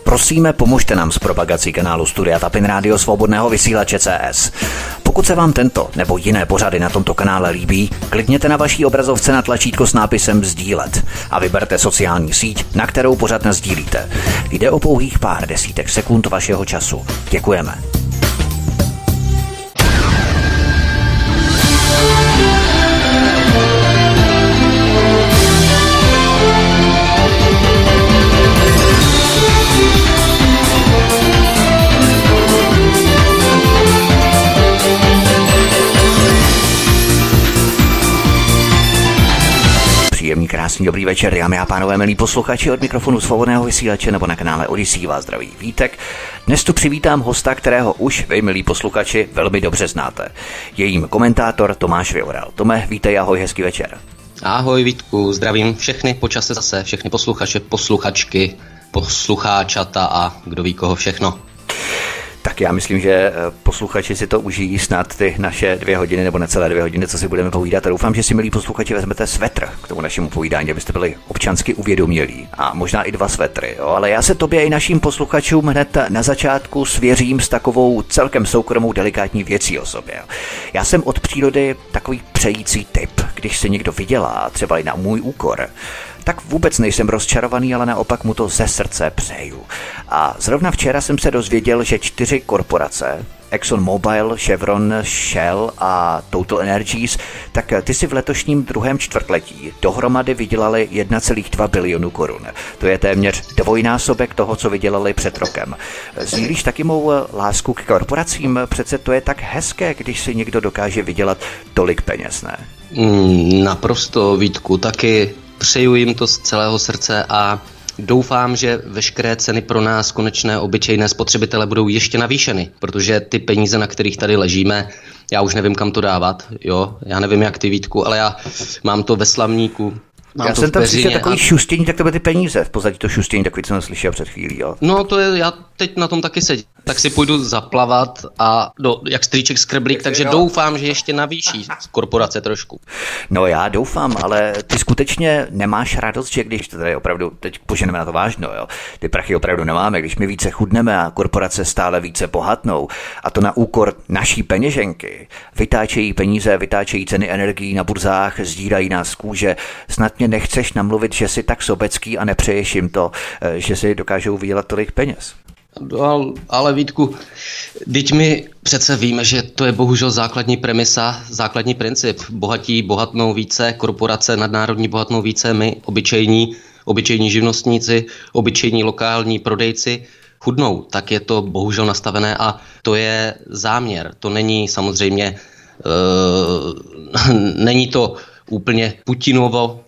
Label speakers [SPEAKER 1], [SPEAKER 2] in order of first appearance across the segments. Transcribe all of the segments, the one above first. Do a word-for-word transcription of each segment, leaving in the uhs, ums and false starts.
[SPEAKER 1] Prosíme, pomožte nám s propagací kanálu Studia Tapin Rádio Svobodného vysílače C S. Pokud se vám tento nebo jiné pořady na tomto kanále líbí, klikněte na vaší obrazovce na tlačítko s nápisem sdílet a vyberte sociální síť, na kterou pořad nasdílíte. Jde o pouhých pár desítek sekund vašeho času. Děkujeme. Příjemný, krásný, dobrý večer, dámy a pánové, milí posluchači, od mikrofonu Svobodného vysílače nebo na kanále Odyssey vás zdraví Vítek. Dnes tu přivítám hosta, kterého už vy, milí posluchači, velmi dobře znáte. Je jím komentátor Tomáš Vyoral. Tome, vítej, ahoj, hezký večer.
[SPEAKER 2] Ahoj Vítku, zdravím všechny počase zase, všechny posluchače, posluchačky, poslucháčata a kdo ví koho všechno.
[SPEAKER 1] Tak já myslím, že posluchači si to užijí snad ty naše dvě hodiny nebo necelé dvě hodiny, co si budeme povídat. A doufám, že si, milí posluchači, vezmete svetr k tomu našemu povídání, abyste byli občansky uvědomělí. A možná i dva svetry. Jo? Ale já se tobě i našim posluchačům hned na začátku svěřím s takovou celkem soukromou delikátní věcí o sobě. Já jsem od přírody takový přející typ. Když se někdo vydělá, třeba i na můj úkor, tak vůbec nejsem rozčarovaný, ale naopak mu to ze srdce přeju. A zrovna včera jsem se dozvěděl, že čtyři korporace, ExxonMobil, Chevron, Shell a Total Energies, tak ty si v letošním druhém čtvrtletí dohromady vydělali jedna celá dva bilionu korun. To je téměř dvojnásobek toho, co vydělali před rokem. Sdílíš taky mou lásku k korporacím? Přece to je tak hezké, když si někdo dokáže vydělat tolik peněz, ne?
[SPEAKER 2] Mm, naprosto, Vítku, taky přeju jim to z celého srdce a doufám, že veškeré ceny pro nás, konečné obyčejné spotřebitele, budou ještě navýšeny, protože ty peníze, na kterých tady ležíme, já už nevím, kam to dávat, jo, já nevím, jak ty, Vítku, ale já mám to ve slavníku. Mám
[SPEAKER 1] já jsem tam slyšel takový a... šustění, tak to byly ty peníze, v pozadí to šustění, takový, co jsem slyšel před chvílí, jo.
[SPEAKER 2] No to je, já teď na tom taky sedím, tak si půjdu zaplavat a do, jak strýček skrblík, takže jo. Doufám, že ještě navýší korporace trošku.
[SPEAKER 1] No já doufám, ale ty skutečně nemáš radost, že když to tady opravdu, teď poženeme na to vážno, jo, ty prachy opravdu nemáme, když my více chudneme a korporace stále více bohatnou a to na úkor naší peněženky, vytáčejí peníze, vytáčejí ceny energií na burzách, zdírají nás z kůže, snad mě nechceš namluvit, že jsi tak sobecký a nepřeješ jim to, že si dokážou vydělat tolik peněz.
[SPEAKER 2] No, ale Vítku, teď my přece víme, že to je bohužel základní premisa, základní princip. Bohatí bohatnou více, korporace nadnárodní bohatnou více, my obyčejní, obyčejní živnostníci, obyčejní lokální prodejci chudnou. Tak je to bohužel nastavené a to je záměr. To není samozřejmě, uh, není to úplně Putinovo,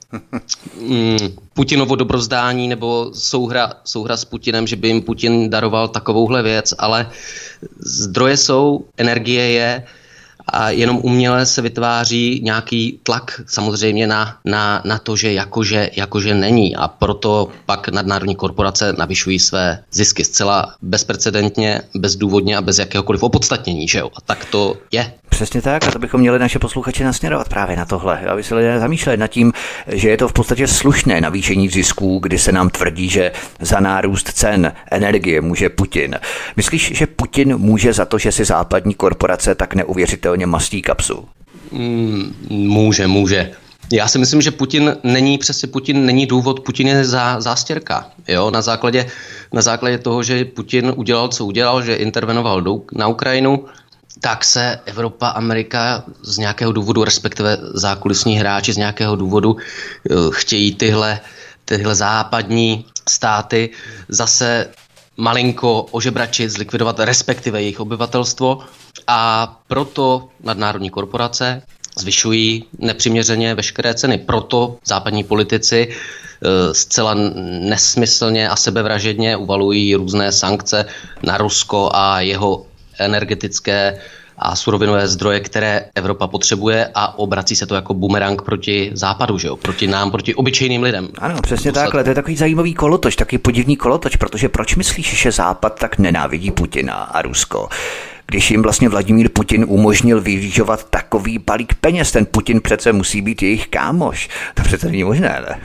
[SPEAKER 2] Putinovo dobrozdání nebo souhra, souhra s Putinem, že by jim Putin daroval takovouhle věc, ale zdroje jsou, energie je a jenom uměle se vytváří nějaký tlak samozřejmě na, na, na to, že jakože, jakože není a proto pak nadnárodní korporace navyšují své zisky zcela bezprecedentně, bezdůvodně a bez jakéhokoliv opodstatnění, že jo? A tak to je.
[SPEAKER 1] Přesně tak, a to bychom měli naše posluchače nasměrovat právě na tohle, aby se lidé zamýšleli nad tím, že je to v podstatě slušné navýšení zisků, kdy se nám tvrdí, že za nárůst cen energie může Putin. Myslíš, že Putin může za to, že si západní korporace tak neuvěřitelně mastí kapsu?
[SPEAKER 2] Mm, může, může. Já si myslím, že Putin není přesně Putin není důvod, Putin je zá, zástěrka. Jo? Na základě, na základě toho, že Putin udělal, co udělal, že intervenoval do, na Ukrajinu, tak se Evropa, Amerika z nějakého důvodu, respektive zákulisní hráči z nějakého důvodu chtějí tyhle, tyhle západní státy zase malinko ožebračit, zlikvidovat, respektive jejich obyvatelstvo a proto nadnárodní korporace zvyšují nepřiměřeně veškeré ceny. Proto západní politici zcela nesmyslně a sebevražedně uvalují různé sankce na Rusko a jeho energetické a surovinové zdroje, které Evropa potřebuje a obrací se to jako bumerang proti západu, že jo? Proti nám, proti obyčejným lidem.
[SPEAKER 1] Ano, přesně takhle. To je takový zajímavý kolotoč, takový podivný kolotoč, protože proč myslíš, že Západ tak nenávidí Putina a Rusko? když jim vlastně Vladimír Putin umožnil vyvížovat takový balík peněz. Ten Putin přece musí být jejich kámoš. To přece není možné, ne?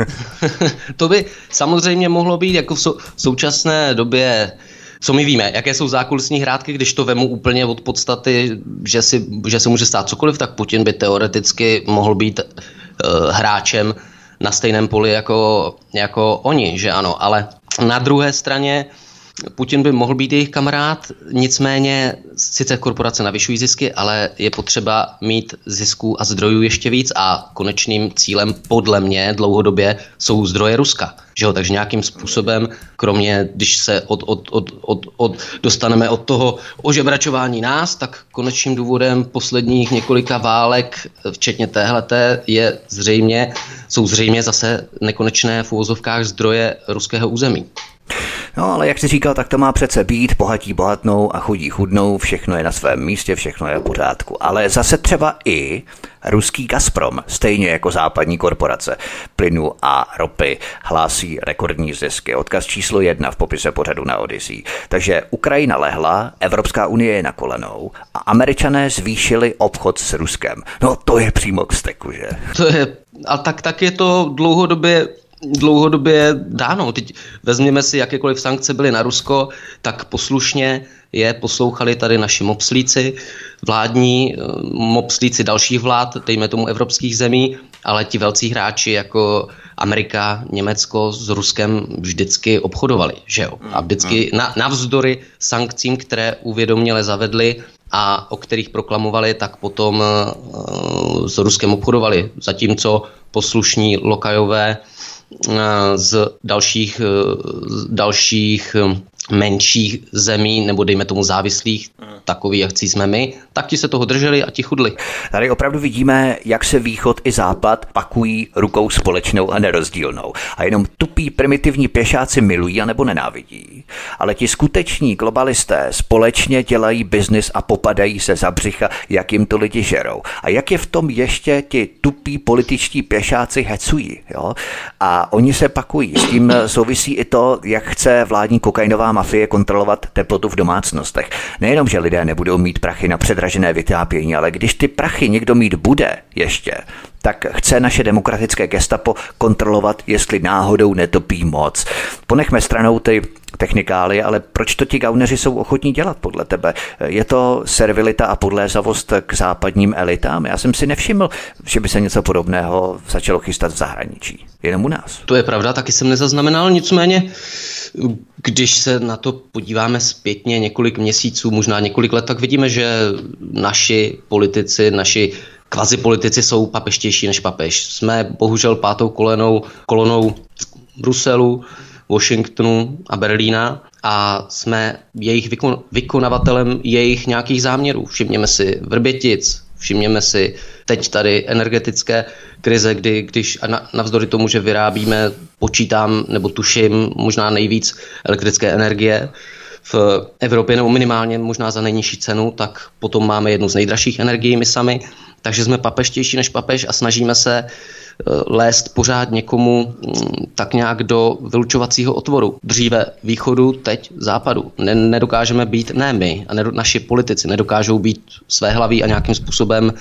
[SPEAKER 2] To by samozřejmě mohlo být jako v, sou, v současné době. Co my víme, jaké jsou zákulisní hrátky, když to vemu úplně od podstaty, že, si, že se může stát cokoliv, tak Putin by teoreticky mohl být uh, hráčem na stejném poli jako, jako oni, že ano. Ale na druhé straně Putin by mohl být jejich kamarád, nicméně sice korporace navyšují zisky, ale je potřeba mít zisků a zdrojů ještě víc a konečným cílem podle mě dlouhodobě jsou zdroje Ruska. Že jo? Takže nějakým způsobem, kromě když se od, od, od, od, od, dostaneme od toho ožebračování nás, tak konečným důvodem posledních několika válek, včetně téhleté, je zřejmě, jsou zřejmě zase nekonečné v uvozovkách zdroje ruského území.
[SPEAKER 1] No, ale jak jsi říkal, tak to má přece být, bohatí bohatnou a chudí chudnou, všechno je na svém místě, všechno je v pořádku. Ale zase třeba i ruský Gazprom, stejně jako západní korporace plynu a ropy, hlásí rekordní zisky. Odkaz číslo jedna v popise pořadu na Odyssey. Takže Ukrajina lehla, Evropská unie je na kolenou a Američané zvýšili obchod s Ruskem. No, to je přímo k steku, že?
[SPEAKER 2] To je, a tak, tak je to dlouhodobě dlouhodobě dáno. Teď vezměme si, jakékoliv sankce byly na Rusko, tak poslušně je poslouchali tady naši mopslíci, vládní mopslíci dalších vlád, dejme tomu evropských zemí, ale ti velcí hráči jako Amerika, Německo s Ruskem vždycky obchodovali, že jo? A vždycky na, navzdory sankcím, které uvědoměle zavedli a o kterých proklamovali, tak potom uh, s Ruskem obchodovali. Zatímco poslušní lokajové z dalších, z dalších menších zemí, nebo dejme tomu závislých, takový, jak jsme my, tak ti se toho drželi a ti chudli.
[SPEAKER 1] Tady opravdu vidíme, jak se východ i západ pakují rukou společnou a nerozdílnou. A jenom tupí primitivní pěšáci milují anebo nenávidí. Ale ti skuteční globalisté společně dělají biznis a popadají se za břicha, jak jim to lidi žerou. A jak je v tom ještě ti tupí političtí pěšáci hecují. Jo? A oni se pakují. S tím souvisí i to, jak chce vládní kokainová mafie kontrolovat teplotu v domácnostech. Nejenom, že lidé nebudou mít prachy na předražené vytápění, ale když ty prachy někdo mít bude ještě, tak chce naše demokratické gestapo kontrolovat, jestli náhodou netopí moc. Ponechme stranou ty technikály, ale proč to ti gauneři jsou ochotní dělat podle tebe? Je to servilita a podlézavost k západním elitám? Já jsem si nevšiml, že by se něco podobného začalo chystat v zahraničí. Jenom u nás.
[SPEAKER 2] To je pravda, taky jsem nezaznamenal, nicméně když se na to podíváme zpětně několik měsíců, možná několik let, tak vidíme, že naši politici, naši kvazipolitici jsou papeštější než papež. Jsme bohužel pátou kolenou, kolonou Bruselu, Washingtonu a Berlína a jsme jejich vykon, vykonavatelem jejich nějakých záměrů. Všimněme si Vrbětic, všimněme si teď tady energetické krize, kdy když navzdory tomu, že vyrábíme, počítám nebo tuším možná nejvíc elektrické energie v Evropě, nebo minimálně možná za nejnižší cenu, tak potom máme jednu z nejdražších energií my sami. Takže jsme papeštější než papež a snažíme se lézt pořád někomu tak nějak do vylučovacího otvoru. Dříve východu, teď západu. Ne, nedokážeme být, ne my, a ne, naši politici nedokážou být svéhlaví a nějakým způsobem,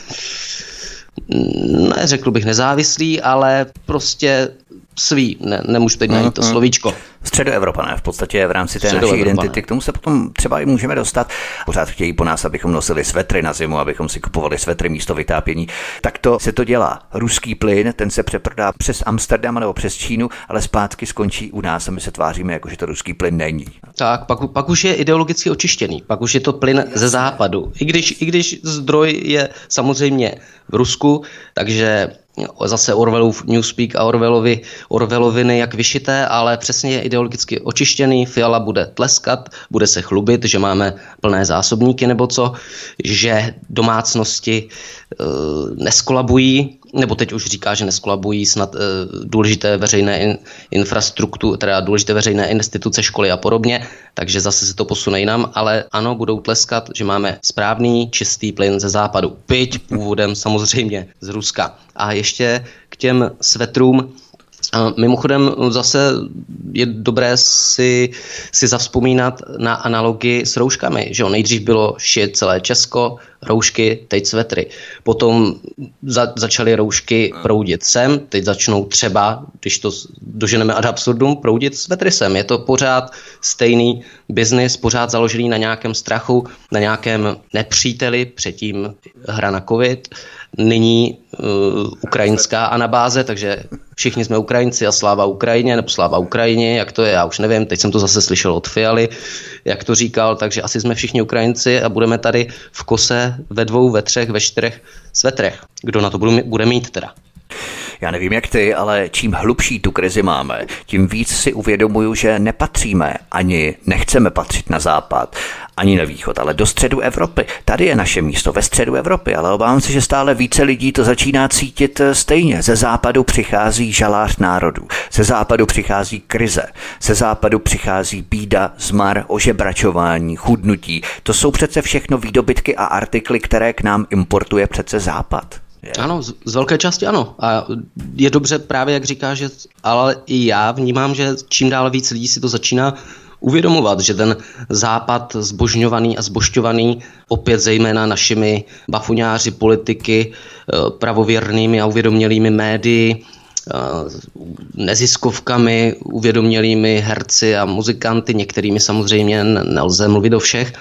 [SPEAKER 2] neřekl bych nezávislý, ale prostě svý, ne, nemůžu teď najít to slovíčko.
[SPEAKER 1] Středoevropané v podstatě v rámci té naší identity. K tomu se potom třeba i můžeme dostat. Pořád chtějí po nás, abychom nosili svetry na zimu, abychom si kupovali svetry místo vytápění. Tak to se to dělá. Ruský plyn, ten se přeprodá přes Amsterdam nebo přes Čínu, ale zpátky skončí u nás a my se tváříme, jako že to ruský plyn není.
[SPEAKER 2] Tak, pak, pak už je ideologicky očištěný. Pak už je to plyn ze západu. I když, i když zdroj je samozřejmě v Rusku, takže zase Orwellův Newspeak a Orwellovi, Orwelloviny jak vyšité, ale přesně je ideologicky očištěný. Fiala bude tleskat, bude se chlubit, že máme plné zásobníky nebo co, že domácnosti e, neskolabují, nebo teď už říká, že neskolabují snad e, důležité veřejné in, infrastruktury, teda důležité veřejné instituce, školy a podobně, takže zase se to posune jinam, ale ano, budou tleskat, že máme správný, čistý plyn ze západu. Byť původem samozřejmě z Ruska. A ještě k těm svetrům, A mimochodem zase je dobré si, si zavzpomínat na analogii s rouškami, že jo? Nejdřív bylo šit celé Česko, roušky, teď svetry. Potom za, začaly roušky proudit sem, teď začnou třeba, když to doženeme ad absurdum, proudit svetry sem. Je to pořád stejný biznis, pořád založený na nějakém strachu, na nějakém nepříteli, předtím hra na covid, nyní uh, ukrajinská anabáze, takže všichni jsme Ukrajinci a sláva Ukrajině, nebo sláva Ukrajině, jak to je, já už nevím, teď jsem to zase slyšel od Fialy, jak to říkal, takže asi jsme všichni Ukrajinci a budeme tady v kose ve dvou, ve třech, ve čtyřech svetrech. Kdo na to bude mít teda?
[SPEAKER 1] Já nevím jak ty, ale čím hlubší tu krizi máme, tím víc si uvědomuju, že nepatříme, ani nechceme patřit na západ, ani na východ, ale do středu Evropy. Tady je naše místo, ve středu Evropy, ale obávám se, že stále více lidí to začíná cítit stejně. Ze západu přichází žalář národů, ze západu přichází krize, ze západu přichází bída, zmar, ožebračování, chudnutí. To jsou přece všechno výdobytky a artikly, které k nám importuje přece západ.
[SPEAKER 2] Je. Ano, z, z velké části ano. A je dobře právě, jak říká, že ale i já vnímám, že čím dál víc lidí si to začíná uvědomovat, že ten západ zbožňovaný a zbožťovaný opět zejména našimi bafuňáři, politiky, pravověrnými a uvědomělými médii, neziskovkami, uvědomělými herci a muzikanty, některými samozřejmě nelze mluvit o všech,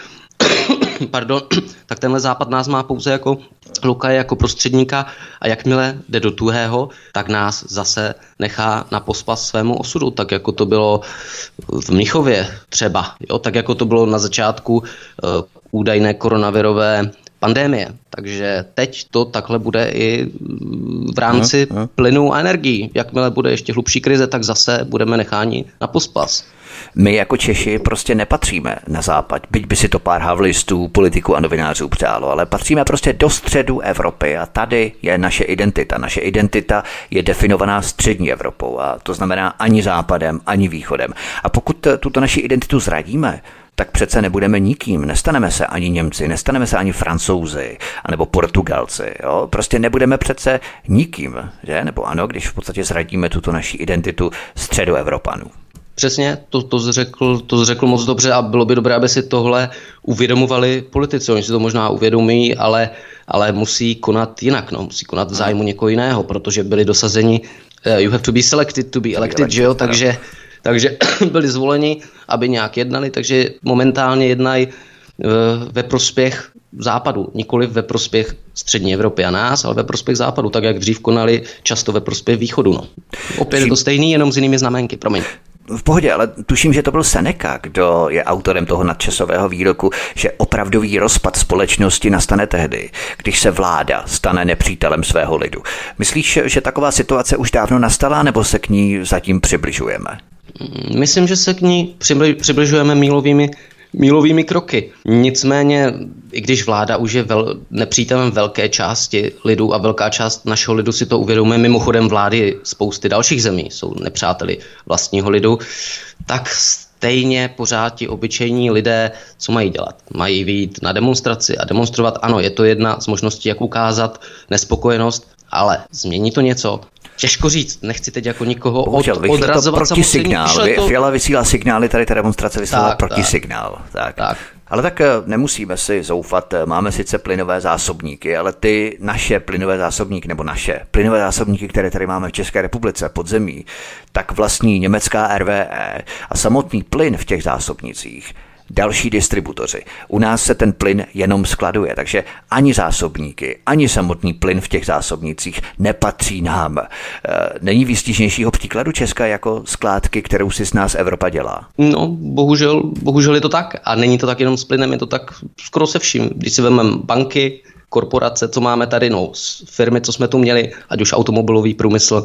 [SPEAKER 2] pardon, tak tenhle západ nás má pouze jako lokaje, jako prostředníka a jakmile jde do tuhého, tak nás zase nechá na pospas svému osudu, tak jako to bylo v Mnichově třeba, jo? Tak jako to bylo na začátku uh, údajné koronavirové pandémie. Takže teď to takhle bude i v rámci no, no. plynu a energií. Jakmile bude ještě hlubší krize, tak zase budeme necháni na pospas.
[SPEAKER 1] My jako Češi prostě nepatříme na západ, byť by si to pár havlistů, politiků a novinářů přálo, ale patříme prostě do středu Evropy a tady je naše identita. Naše identita je definovaná střední Evropou a to znamená ani západem, ani východem. A pokud tuto naši identitu zradíme, tak přece nebudeme nikým, nestaneme se ani Němci, nestaneme se ani Francouzi, anebo Portugalci, jo? Prostě nebudeme přece nikým, že? Nebo ano, když v podstatě zradíme tuto naši identitu středoevropanů.
[SPEAKER 2] Přesně, to, to, zřekl, to zřekl moc dobře a bylo by dobré, aby si tohle uvědomovali politici. Oni si to možná uvědomí, ale, ale musí konat jinak, no. Musí konat v zájmu někoho jiného, protože byli dosazeni, uh, you have to be selected to be elected, že jo, takže, takže byli zvoleni, aby nějak jednali, takže momentálně jednají uh, ve prospěch západu, nikoli ve prospěch střední Evropy a nás, ale ve prospěch západu, tak jak dřív konali často ve prospěch východu, no. Opět je to stejný, jenom s jinými znamenky, promiň.
[SPEAKER 1] V pohodě, ale tuším, že to byl Seneca, kdo je autorem toho nadčasového výroku, že opravdový rozpad společnosti nastane tehdy, když se vláda stane nepřítelem svého lidu. Myslíš, že taková situace už dávno nastala, nebo se k ní zatím přibližujeme?
[SPEAKER 2] Myslím, že se k ní přibližujeme mílovými mílovými kroky. Nicméně, i když vláda už je vel, nepřítelem velké části lidu a velká část našeho lidu si to uvědomuje, mimochodem vlády spousty dalších zemí jsou nepřáteli vlastního lidu, tak stejně pořád ti obyčejní lidé, co mají dělat? Mají vyjít na demonstraci a demonstrovat. Ano, je to jedna z možností, jak ukázat nespokojenost, ale změní to něco? Těžko říct, nechci teď jako nikoho
[SPEAKER 1] Bohužel,
[SPEAKER 2] od, odrazovat samozřejmě.
[SPEAKER 1] To... Fiala vysílá signály, tady ta demonstrace vysílá protisignál. Tak.
[SPEAKER 2] Tak.
[SPEAKER 1] Ale tak nemusíme si zoufat, máme sice plynové zásobníky, ale ty naše plynové zásobníky, nebo naše plynové zásobníky, které tady máme v České republice pod zemí, tak vlastní německá R V E a samotný plyn v těch zásobnicích další distributoři. U nás se ten plyn jenom skladuje, takže ani zásobníky, ani samotný plyn v těch zásobnicích nepatří nám. Není výstižnějšího příkladu Česka jako skládky, kterou si s nás Evropa dělá?
[SPEAKER 2] No, bohužel, bohužel je to tak. A není to tak jenom s plynem, je to tak skoro se vším. Když si vezmeme banky, korporace, co máme tady, no, firmy, co jsme tu měli, ať už automobilový průmysl,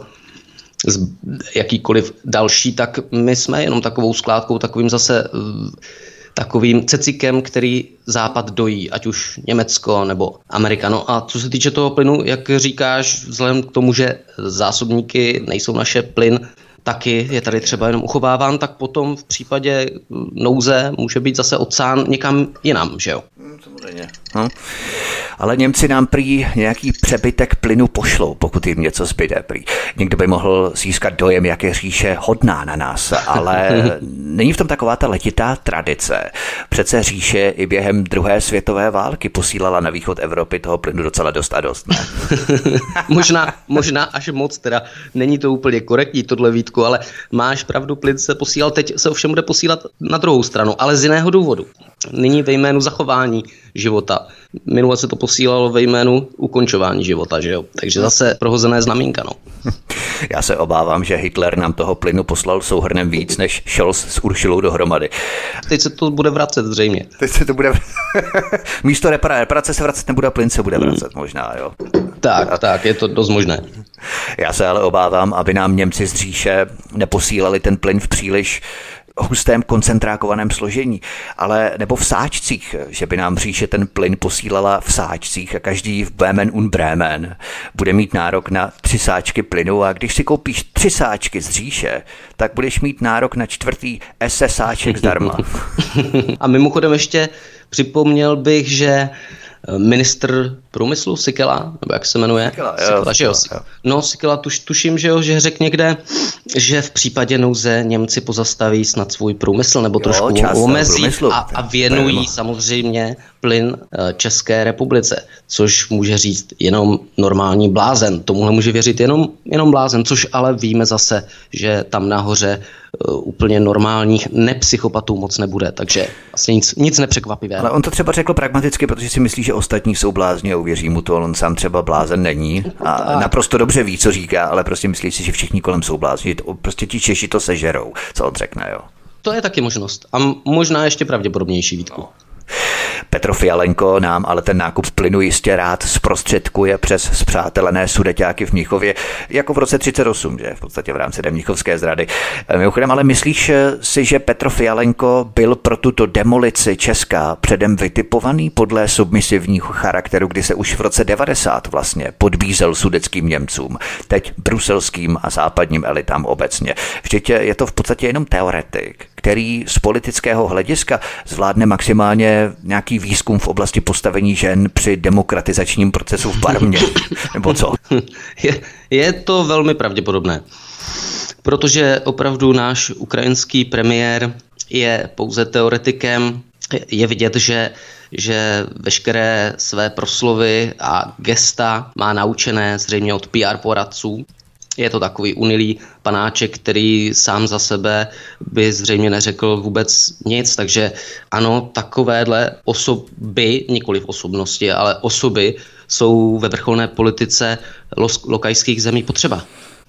[SPEAKER 2] jakýkoliv další, tak my jsme jenom takovou skládkou, takovým zase takovým cecikem, který západ dojí, ať už Německo nebo Amerika. No a co se týče toho plynu, jak říkáš, vzhledem k tomu, že zásobníky nejsou naše, plyn taky je tady třeba jenom uchováván, tak potom v případě nouze může být zase odsán někam jinam, že jo?
[SPEAKER 1] Samozřejmě. Hm. Ale Němci nám prý nějaký přebytek plynu pošlou, pokud jim něco zbyde prý. Někdo by mohl získat dojem, jak je říše hodná na nás, ale není v tom taková ta letitá tradice. Přece říše i během druhé světové války posílala na východ Evropy toho plynu docela dost a dost, ne?
[SPEAKER 2] možná, možná až moc, teda není to úplně korektní tohle, Vítku, ale máš pravdu, plyn se posílal, teď se ovšem bude posílat na druhou stranu, ale z jiného důvodu. Nyní ve jménu zachování života. Minule se to posílalo ve jménu ukončování života, že jo? Takže zase prohozené znamínka, no.
[SPEAKER 1] Já se obávám, že Hitler nám toho plynu poslal souhrnem víc, než Scholz s Uršulou dohromady.
[SPEAKER 2] Teď se to bude vracet zřejmě.
[SPEAKER 1] Teď se to bude... Místo repara, reparace se vracet nebude, plyn se bude vracet možná, jo.
[SPEAKER 2] Tak, a... tak, je to dost možné.
[SPEAKER 1] Já se ale obávám, aby nám Němci z říše neposílali ten plyn v příliš hustém koncentrákovaném složení, ale nebo v sáčcích, že by nám říše ten plyn posílala v sáčcích a každý v Bremen und Bremen bude mít nárok na tři sáčky plynu a když si koupíš tři sáčky z říše, tak budeš mít nárok na čtvrtý es es sáček zdarma.
[SPEAKER 2] A mimochodem ještě připomněl bych, že ministr průmyslu Síkela, nebo jak se jmenuje?
[SPEAKER 1] Síkela, jo,
[SPEAKER 2] Síkela, že jo.
[SPEAKER 1] jo.
[SPEAKER 2] No, Síkela tuš, tuším, že jo, že řekl někde, že v případě nouze Němci pozastaví snad svůj průmysl, nebo trošku omezí a, a věnují samozřejmě plyn České republice, což může říct jenom normální blázen. Tomuhle může věřit jenom, jenom blázen, což ale víme zase, že tam nahoře uh, úplně normálních nepsychopatů moc nebude, takže asi nic, nic nepřekvapivého.
[SPEAKER 1] Ale on to třeba řekl pragmaticky, protože si myslí, že ostatní jsou blázni a uvěří mu to, on sám třeba blázen není a tak. Naprosto dobře ví, co říká, ale prostě myslí si, že všichni kolem jsou blázni, že to, prostě ti Češi to sežerou, co on řekne, jo.
[SPEAKER 2] To je taky možnost a možná ještě pravděpodobnější, Vítku.
[SPEAKER 1] No. Petro Fialenko nám ale ten nákup plynu jistě rád zprostředkuje přes spřátelené Sudeťáky v Mnichově, jako v roce třicet osm, že v podstatě v rámci té mnichovské zrady. Mimochodem, ale myslíš si, že Petro Fialenko byl pro tuto demolici Česka předem vytipovaný podle submisivního charakteru, kdy se už v roce devadesát vlastně podbízel sudeckým Němcům, teď bruselským a západním elitám obecně. Vždyť je to v podstatě jenom teoretik, který z politického hlediska zvládne maximálně nějaký výzkum v oblasti postavení žen při demokratizačním procesu v Barmě, nebo co?
[SPEAKER 2] Je, je to velmi pravděpodobné, protože opravdu náš ukrajinský premiér je pouze teoretikem. Je vidět, že, že veškeré své proslovy a gesta má naučené zřejmě od P R poradců. Je to takový unilý panáček, který sám za sebe by zřejmě neřekl vůbec nic, takže ano, takovéhle osoby, nikoliv osobnosti, ale osoby jsou ve vrcholné politice lokajských zemí potřeba.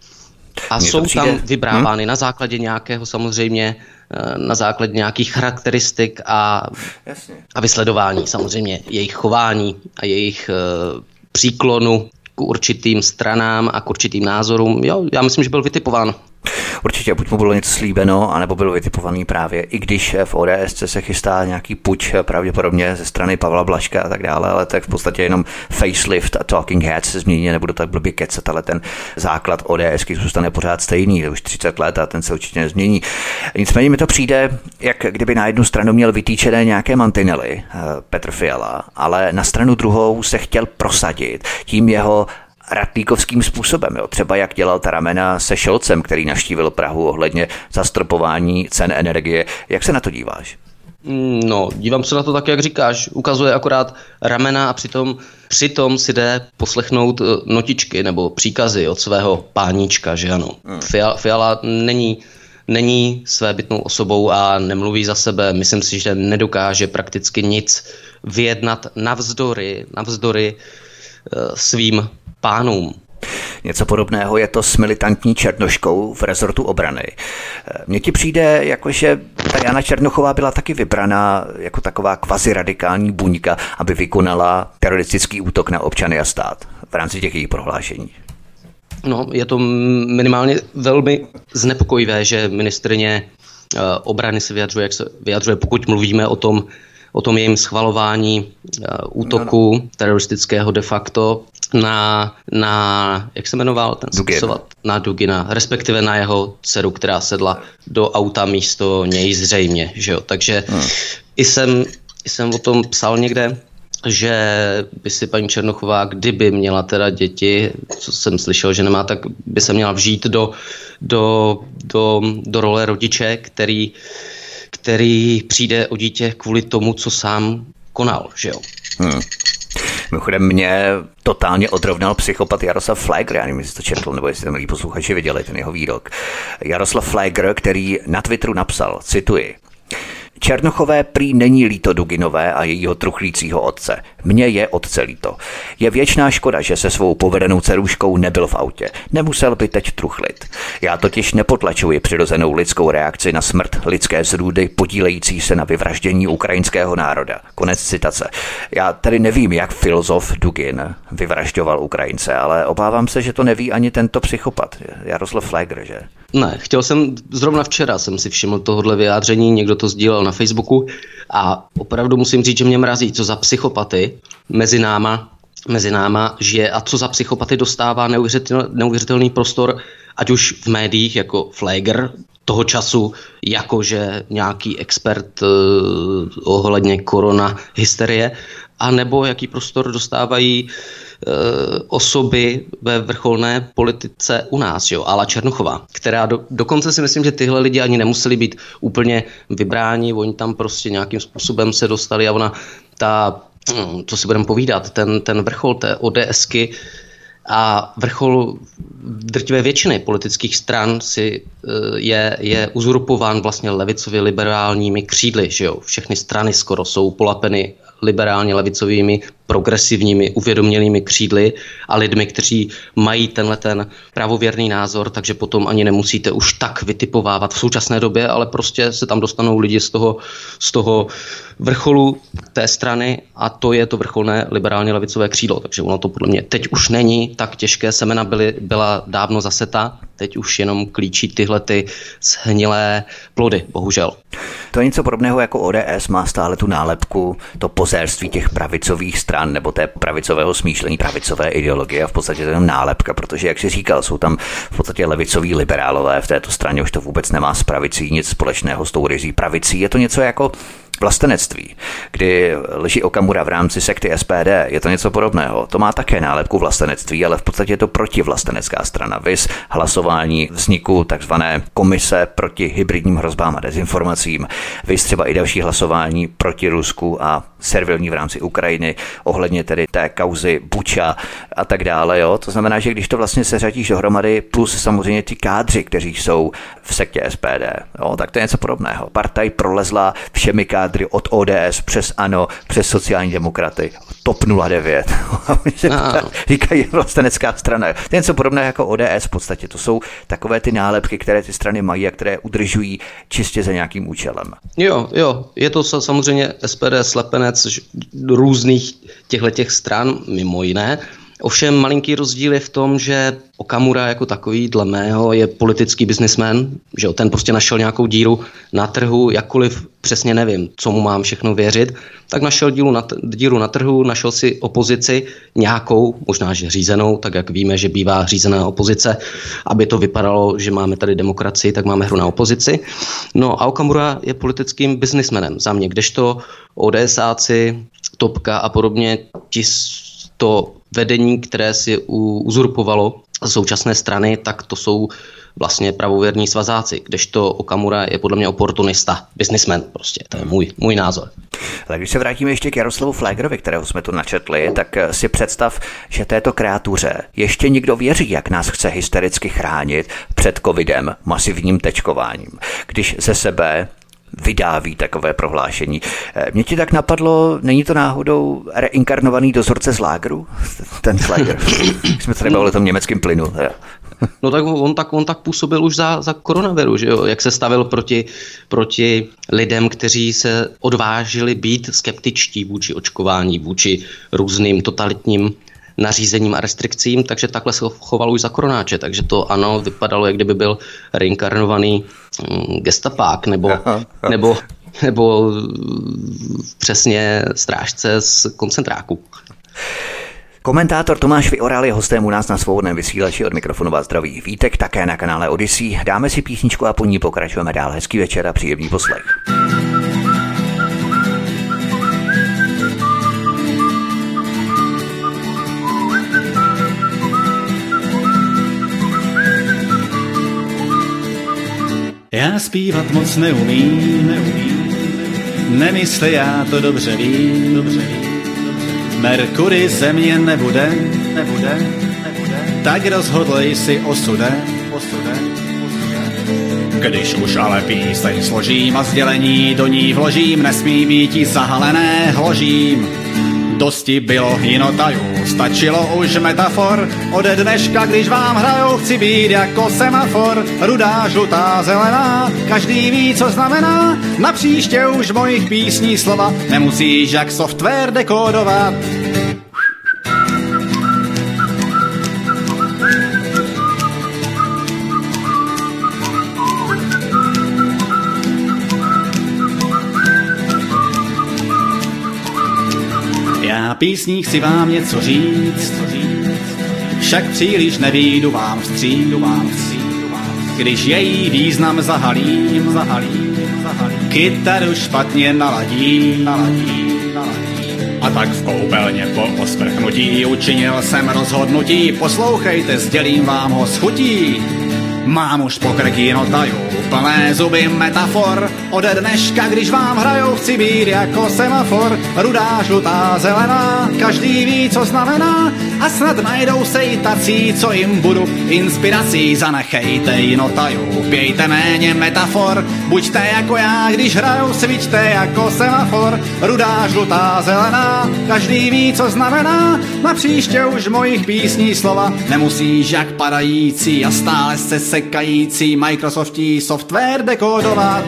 [SPEAKER 2] A Mně jsou tam vybrávány hmm? na základě nějakého samozřejmě, na základě nějakých charakteristik a, a vysledování samozřejmě jejich chování a jejich uh, příklonu k určitým stranám a k určitým názorům. Jo, já myslím, že byl vytipován.
[SPEAKER 1] Určitě, buď mu bylo něco slíbeno, anebo byl vytipovaný právě, i když v O D S se chystá nějaký puč pravděpodobně ze strany Pavla Blažka a tak dále, ale tak v podstatě jenom facelift a talking heads se změní, nebudu tak blbě kecat, ale ten základ ODSky zůstane pořád stejný, to už třicet let a ten se určitě nezmění. Nicméně mi to přijde, jak kdyby na jednu stranu měl vytýčené nějaké mantinely Petr Fiala, ale na stranu druhou se chtěl prosadit tím jeho ratlíkovským způsobem. Jo. Třeba jak dělal ta ramena se Scholzem, který navštívil Prahu ohledně zastropování cen energie. Jak se na to díváš?
[SPEAKER 2] No, dívám se na to tak, jak říkáš. Ukazuje akorát ramena a přitom, přitom si jde poslechnout notičky nebo příkazy od svého páníčka, že ano. Hmm. Fiala, Fiala není, není svébytnou osobou a nemluví za sebe. Myslím si, že nedokáže prakticky nic vyjednat navzdory, navzdory uh, svým pánům.
[SPEAKER 1] Něco podobného je to s militantní Černoškou v rezortu obrany. Mně ti přijde, jako že ta Jana Černochová byla taky vybraná jako taková kvaziradikální buňka, aby vykonala teroristický útok na občany a stát v rámci těch jejich prohlášení.
[SPEAKER 2] No, je to minimálně velmi znepokojivé, že ministryně uh, obrany se vyjadřuje, jak se vyjadřuje, pokud mluvíme o tom, o tom jejím schvalování uh, útoku no, no. teroristického de facto na, na jak se jmenoval ten spisovat, na Dugina, respektive na jeho dceru, která sedla do auta místo něj zřejmě, že jo. Takže hmm. i jsem jsem o tom psal někde, že by si paní Černochová, kdyby měla teda děti, co jsem slyšel, že nemá, tak by se měla vžít do, do, do, do role rodiče, který, který přijde o dítě kvůli tomu, co sám konal, že jo.
[SPEAKER 1] Hmm. Mimochodem mě totálně odrovnal psychopat Jaroslav Flegr, já nevím, jestli to četl, nebo jestli to milí posluchači viděli, ten jeho výrok. Jaroslav Flegr, který na Twitteru napsal, cituji: Černochové prý není líto Duginové a jejího truchlícího otce. Mně je otce líto. Je věčná škoda, že se svou povedenou dceruškou nebyl v autě. Nemusel by teď truchlit. Já totiž nepotlačuji přirozenou lidskou reakci na smrt lidské zrůdy podílející se na vyvraždění ukrajinského národa. Konec citace. Já tady nevím, jak filozof Dugin vyvražďoval Ukrajince, ale obávám se, že to neví ani tento psychopat. Jaroslav Flegr, že?
[SPEAKER 2] Ne, chtěl jsem, zrovna včera jsem si všiml tohohle vyjádření, někdo to sdílel na Facebooku a opravdu musím říct, že mě mrazí, co za psychopaty mezi náma, mezi náma žije a co za psychopaty dostává neuvěřitel, neuvěřitelný prostor, ať už v médiích jako Flegr, toho času jakože nějaký expert uh, ohledně korona hysterie, a nebo jaký prostor dostávají e, osoby ve vrcholné politice u nás, jo, Ala Černochová, která do, dokonce si myslím, že tyhle lidi ani nemuseli být úplně vybráni, oni tam prostě nějakým způsobem se dostali a ona, ta, co si budeme povídat, ten, ten vrchol té ODSky a vrchol drtivé většiny politických stran si je, je uzurpován vlastně levicově liberálními křídly, že jo, všechny strany skoro jsou polapeny liberálně levicovými, progresivními, uvědomělými křídly a lidmi, kteří mají tenhle ten pravověrný názor, takže potom ani nemusíte už tak vytipovávat v současné době, ale prostě se tam dostanou lidi z toho, z toho vrcholu té strany a to je to vrcholné liberálně levicové křídlo, takže ono to podle mě teď už není tak těžké, semena byly, byla dávno zaseta, teď už jenom klíčí tyhle ty shnilé plody, bohužel.
[SPEAKER 1] To je něco podobného jako O D S má stále tu nálepku, to pozérství těch pravicových stran nebo té pravicového smýšlení, pravicové ideologie a v podstatě to je jenom nálepka, protože jak jsi říkal, jsou tam v podstatě levicoví liberálové v této straně, už to vůbec nemá s pravicí nic společného s tou ryzí pravicí, je to něco jako vlastenectví, kdy leží Okamura v rámci sekty S P D, je to něco podobného. To má také nálepku vlastenectví, ale v podstatě je to protivlastenecká strana. Viz hlasování vzniku takzvané komise proti hybridním hrozbám a dezinformacím. Viz třeba i další hlasování proti Rusku a servilní v rámci Ukrajiny, ohledně tedy té kauzy Buča a tak dále. Jo? To znamená, že když to vlastně seřadíš dohromady, plus samozřejmě ti kádři, kteří jsou v sektě S P D, jo? Tak to je něco podobného. Partaj prolezla všemi kádry od O D S přes ANO, přes sociální demokraty, TOP nula devět. Říkají vlastenecká strana. To je něco podobného jako O D S v podstatě. To jsou takové ty nálepky, které ty strany mají a které udržují čistě za nějakým účelem.
[SPEAKER 2] Jo, jo, je to samozřejmě S P D slepenec různých těchto stran, mimo jiné. Ovšem malinký rozdíl je v tom, že Okamura jako takový, dle mého, je politický biznismen, že ten prostě našel nějakou díru na trhu, jakkoliv přesně nevím, co mu mám všechno věřit, tak našel díru na, díru na trhu, našel si opozici nějakou, možná že řízenou, tak jak víme, že bývá řízená opozice, aby to vypadalo, že máme tady demokracii, tak máme hru na opozici. No a Okamura je politickým biznismenem za mě, kdežto ODSáci, Topka a podobně, ti to vedení, které si uzurpovalo současné strany, tak to jsou vlastně pravověrní svazáci, kdežto Okamura je podle mě oportunista, businessman prostě, to je můj, můj názor.
[SPEAKER 1] Ale když se vrátíme ještě k Jaroslavu Flegrovi, kterého jsme tu načetli, tak si představ, že této kreatuře ještě někdo věří, jak nás chce hystericky chránit před covidem, masivním tečkováním. Když ze sebe vydáví takové prohlášení. Mně ti tak napadlo, není to náhodou reinkarnovaný dozorce z lágru? Ten Flegr. Jsme se nebavili o tom německém plynu.
[SPEAKER 2] No tak on tak, on tak působil už za, za koronaviru, že jo? Jak se stavil proti, proti lidem, kteří se odvážili být skeptičtí vůči očkování, vůči různým totalitním nařízením a restrikcím, takže takhle se choval už za koronáče, takže to ano, vypadalo, jak kdyby byl reinkarnovaný mm, gestapák, nebo, nebo, nebo přesně strážce z koncentráku.
[SPEAKER 1] Komentátor Tomáš Vyoral je hostem u nás na Svobodném vysílači, od mikrofonu vás zdraví Vítek, také na kanále Odyssey. Dáme si písničku a po ní pokračujeme dál. Hezký večer a příjemný poslech.
[SPEAKER 3] Já zpívat moc neumím, neumím, nemysli, já to dobře vím, dobře vím. Merkury země nebude, nebude, nebude, tak rozhodlej si osude, osude, osude. Když už ale píseň složím a sdělení do ní vložím, nesmí být jí zahalené hložím. Dosti bylo jinotajů, stačilo už metafor. Ode dneška, když vám hrajou, chci být jako semafor. Rudá, žlutá, zelená, každý ví, co znamená. Na příště už mojich písní slova nemusíš jak software dekodovat. Já písní chci vám něco říct, však příliš nevídu vám vstříc, vám vstříc. Když její význam zahalím, zahalím, zahalím. Kytaru špatně naladím, naladím, naladím. A tak v koupelně po osprchnutí učinil jsem rozhodnutí, poslouchejte, sdělím vám ho s chutí. Mám už pokrk jinotajů, plné zuby metafor. Ode dneška, když vám hrajou, chci být jako semafor. Rudá, žlutá, zelená, každý ví, co znamená. A snad najdou se i tací, co jim budu inspirací. Zanechejte jinotajů, pějte méně metafor. Buďte jako já, když hrajou, svičte jako semafor. Rudá, žlutá, zelená, každý ví, co znamená. Na příště už mojich písní slova nemusíš jak padající a stále se sekající Microsoftí software dekodovat.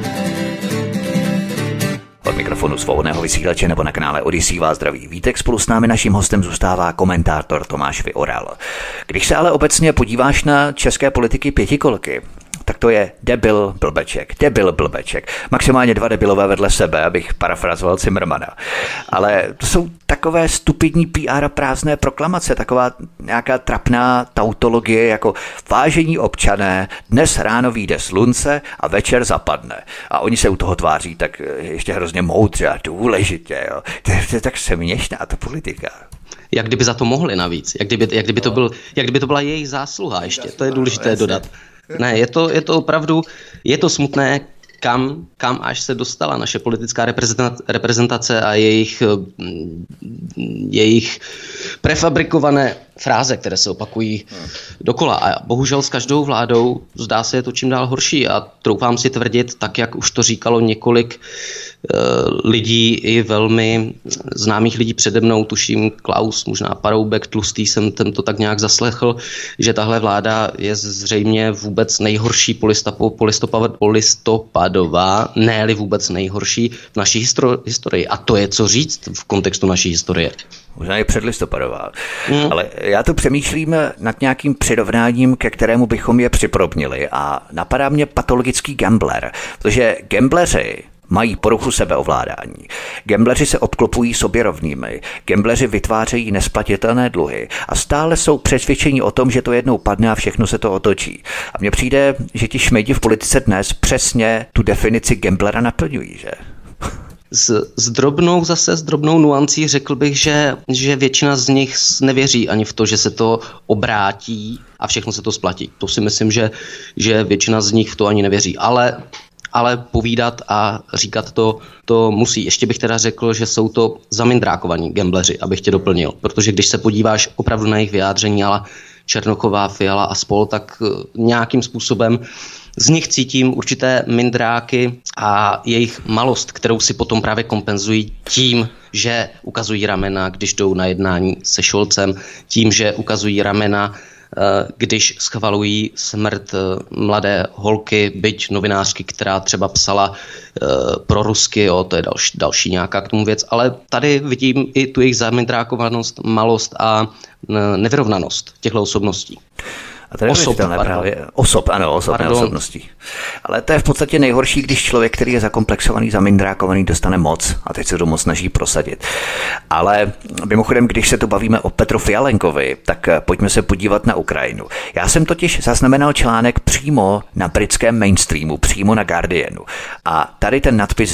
[SPEAKER 1] Od mikrofonu svobodného vysílače nebo na kanále Odyssey vás zdraví Vítek, spolu s námi naším hostem zůstává komentátor Tomáš Vyoral. Když se ale obecně podíváš na české politiky pětikolky, tak to je debil blbeček, debil blbeček. Maximálně dva debilové vedle sebe, abych parafrazoval Cimrmana. Ale to jsou takové stupidní P R a prázdné proklamace, taková nějaká trapná tautologie jako vážení občané, dnes ráno vyjde slunce a večer zapadne. A oni se u toho tváří tak ještě hrozně moudře a důležitě. Jo. To, je, to je tak směšná ta politika.
[SPEAKER 2] Jak kdyby za to mohli navíc, jak kdyby, jak kdyby, to, byl, jak kdyby to byla jejich zásluha ještě, to je důležité dodat. Ne, je to, je to opravdu, je to smutné, kam, kam až se dostala naše politická reprezentace a jejich, jejich prefabrikované fráze, které se opakují dokola. A bohužel s každou vládou zdá se je to čím dál horší a troufám si tvrdit, tak jak už to říkalo několik uh, lidí, i velmi známých lidí přede mnou, tuším Klaus, možná Paroubek, Tlustý, jsem tento tak nějak zaslechl, že tahle vláda je zřejmě vůbec nejhorší polistopadová, ne-li vůbec nejhorší v naší histori- historii. A to je co říct v kontextu naší historie.
[SPEAKER 1] Možná je předlistopadová. Hmm. Ale já tu přemýšlím nad nějakým přirovnáním, ke kterému bychom je připodobnili a napadá mě patologický gambler, protože gambleři mají poruchu sebeovládání. Gambleři se obklopují sobě rovnými, gambleři vytvářejí nesplatitelné dluhy a stále jsou přesvědčeni o tom, že to jednou padne a všechno se to otočí. A mně přijde, že ti šmejdi v politice dnes přesně tu definici gamblera naplňují, že?
[SPEAKER 2] S, s drobnou zase, s drobnou nuancí řekl bych, že, že většina z nich nevěří ani v to, že se to obrátí a všechno se to splatí. To si myslím, že, že většina z nich v to ani nevěří. Ale, ale povídat a říkat to, to musí. Ještě bych teda řekl, že jsou to zamindrákovaní gambleři, abych tě doplnil. Protože když se podíváš opravdu na jejich vyjádření, ale Černochová, Fiala a spol, tak nějakým způsobem z nich cítím určité mindráky a jejich malost, kterou si potom právě kompenzují tím, že ukazují ramena, když jdou na jednání se Šolcem, tím, že ukazují ramena, když schvalují smrt mladé holky, byť novinářky, která třeba psala pro rusky, jo, to je další, další nějaká k tomu věc, ale tady vidím i tu jejich zamindrákovanost, malost a nevyrovnanost těchto osobností.
[SPEAKER 1] A to je osob, právě. Osob, ano, osob, ne osobností. Ale to je v podstatě nejhorší, když člověk, který je zakomplexovaný, zamindrákovaný, dostane moc a teď se to moc snaží prosadit. Ale mimochodem, když se tu bavíme o Petru Fialenkovi, tak pojďme se podívat na Ukrajinu. Já jsem totiž zaznamenal článek přímo na britském mainstreamu, přímo na Guardianu. A tady ten nadpis zní: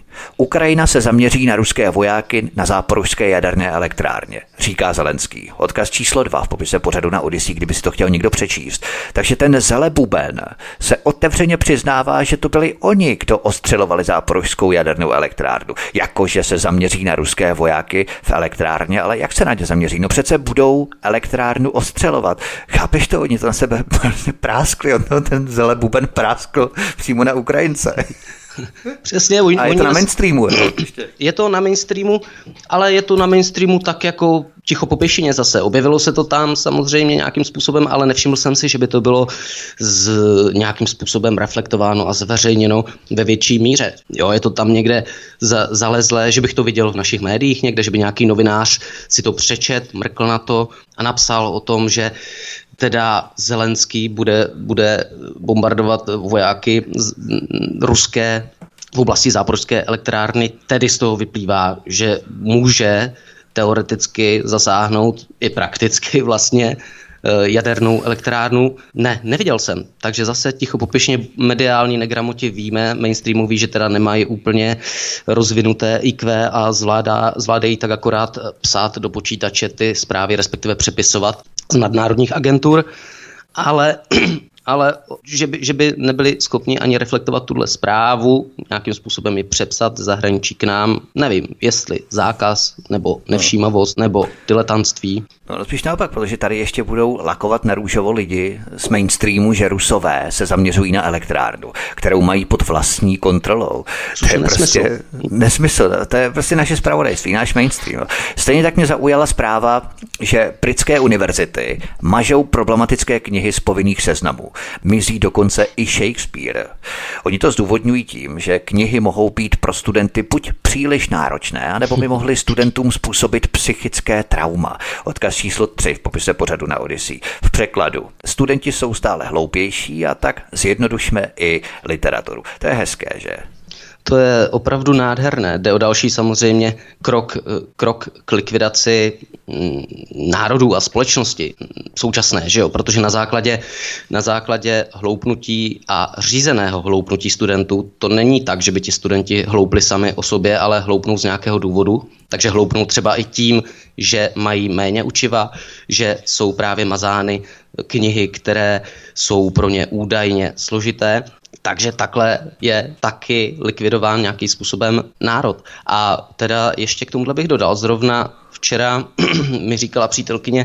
[SPEAKER 1] Ukrajina se zaměří na ruské vojáky na záporožské jaderné elektrárně, říká Zelenský. Odkaz číslo dva v popise pořadu na Odyssey, kdyby si to chtěl někdo přečíst. Takže ten Zelebuben se otevřeně přiznává, že to byli oni, kdo ostřelovali záporožskou jadernou elektrárnu. Jakože se zaměří na ruské vojáky v elektrárně, ale jak se na ně zaměří? No přece budou elektrárnu ostřelovat. Chápeš to? Oni to na sebe práskli, on ten Zelebuben práskl přímo na Ukrajince.
[SPEAKER 2] Přesně. Oni,
[SPEAKER 1] a je to na mainstreamu.
[SPEAKER 2] Je to na mainstreamu, ale je to na mainstreamu tak jako ticho po pěšině zase. Objevilo se to tam samozřejmě nějakým způsobem, ale nevšiml jsem si, že by to bylo z nějakým způsobem reflektováno a zveřejněno ve větší míře. Jo, je to tam někde za, zalezlé, že bych to viděl v našich médiích někde, že by nějaký novinář si to přečet, mrkl na to a napsal o tom, že teda Zelenský bude, bude bombardovat vojáky z, ruské v oblasti záporožské elektrárny. Tedy z toho vyplývá, že může teoreticky zasáhnout i prakticky vlastně jadernou elektrárnu. Ne, neviděl jsem. Takže zase ticho popěšně mediální negramoti víme, mainstreamoví, že teda nemají úplně rozvinuté í kvé a zvládá, zvládají tak akorát psát do počítače ty zprávy, respektive přepisovat z nadnárodních agentur, ale, ale že, by, že by nebyli schopni ani reflektovat tuhle zprávu, nějakým způsobem ji přepsat z zahraničí k nám, nevím, jestli zákaz, nebo nevšímavost, nebo diletantství.
[SPEAKER 1] No spíš naopak, protože tady ještě budou lakovat na růžovo lidi z mainstreamu, že Rusové se zaměřují na elektrárnu, kterou mají pod vlastní kontrolou.
[SPEAKER 2] Což
[SPEAKER 1] to je
[SPEAKER 2] nesmysl.
[SPEAKER 1] prostě nesmysl. To je prostě naše zpravodajství, náš mainstream. Stejně tak mě zaujala zpráva, že britské univerzity mažou problematické knihy z povinných seznamů. Mizí dokonce i Shakespeare. Oni to zdůvodňují tím, že knihy mohou být pro studenty buď příliš náročné, anebo by mohly studentům způsobit psychické trauma. Odkaz číslo tři v popise pořadu na Odyssey. V překladu. Studenti jsou stále hloupější a tak zjednodušme i literaturu. To je hezké, že?
[SPEAKER 2] To je opravdu nádherné. Jde o další samozřejmě krok, krok k likvidaci národů a společnosti současné, že jo? Protože na základě, na základě hloupnutí a řízeného hloupnutí studentů to není tak, že by ti studenti hloupli sami o sobě, ale hloupnou z nějakého důvodu. Takže hloupnou třeba i tím, že mají méně učiva, že jsou právě mazány knihy, které jsou pro ně údajně složité. Takže takhle je taky likvidován nějakým způsobem národ. A teda ještě k tomuhle bych dodal. Zrovna včera mi říkala přítelkyně,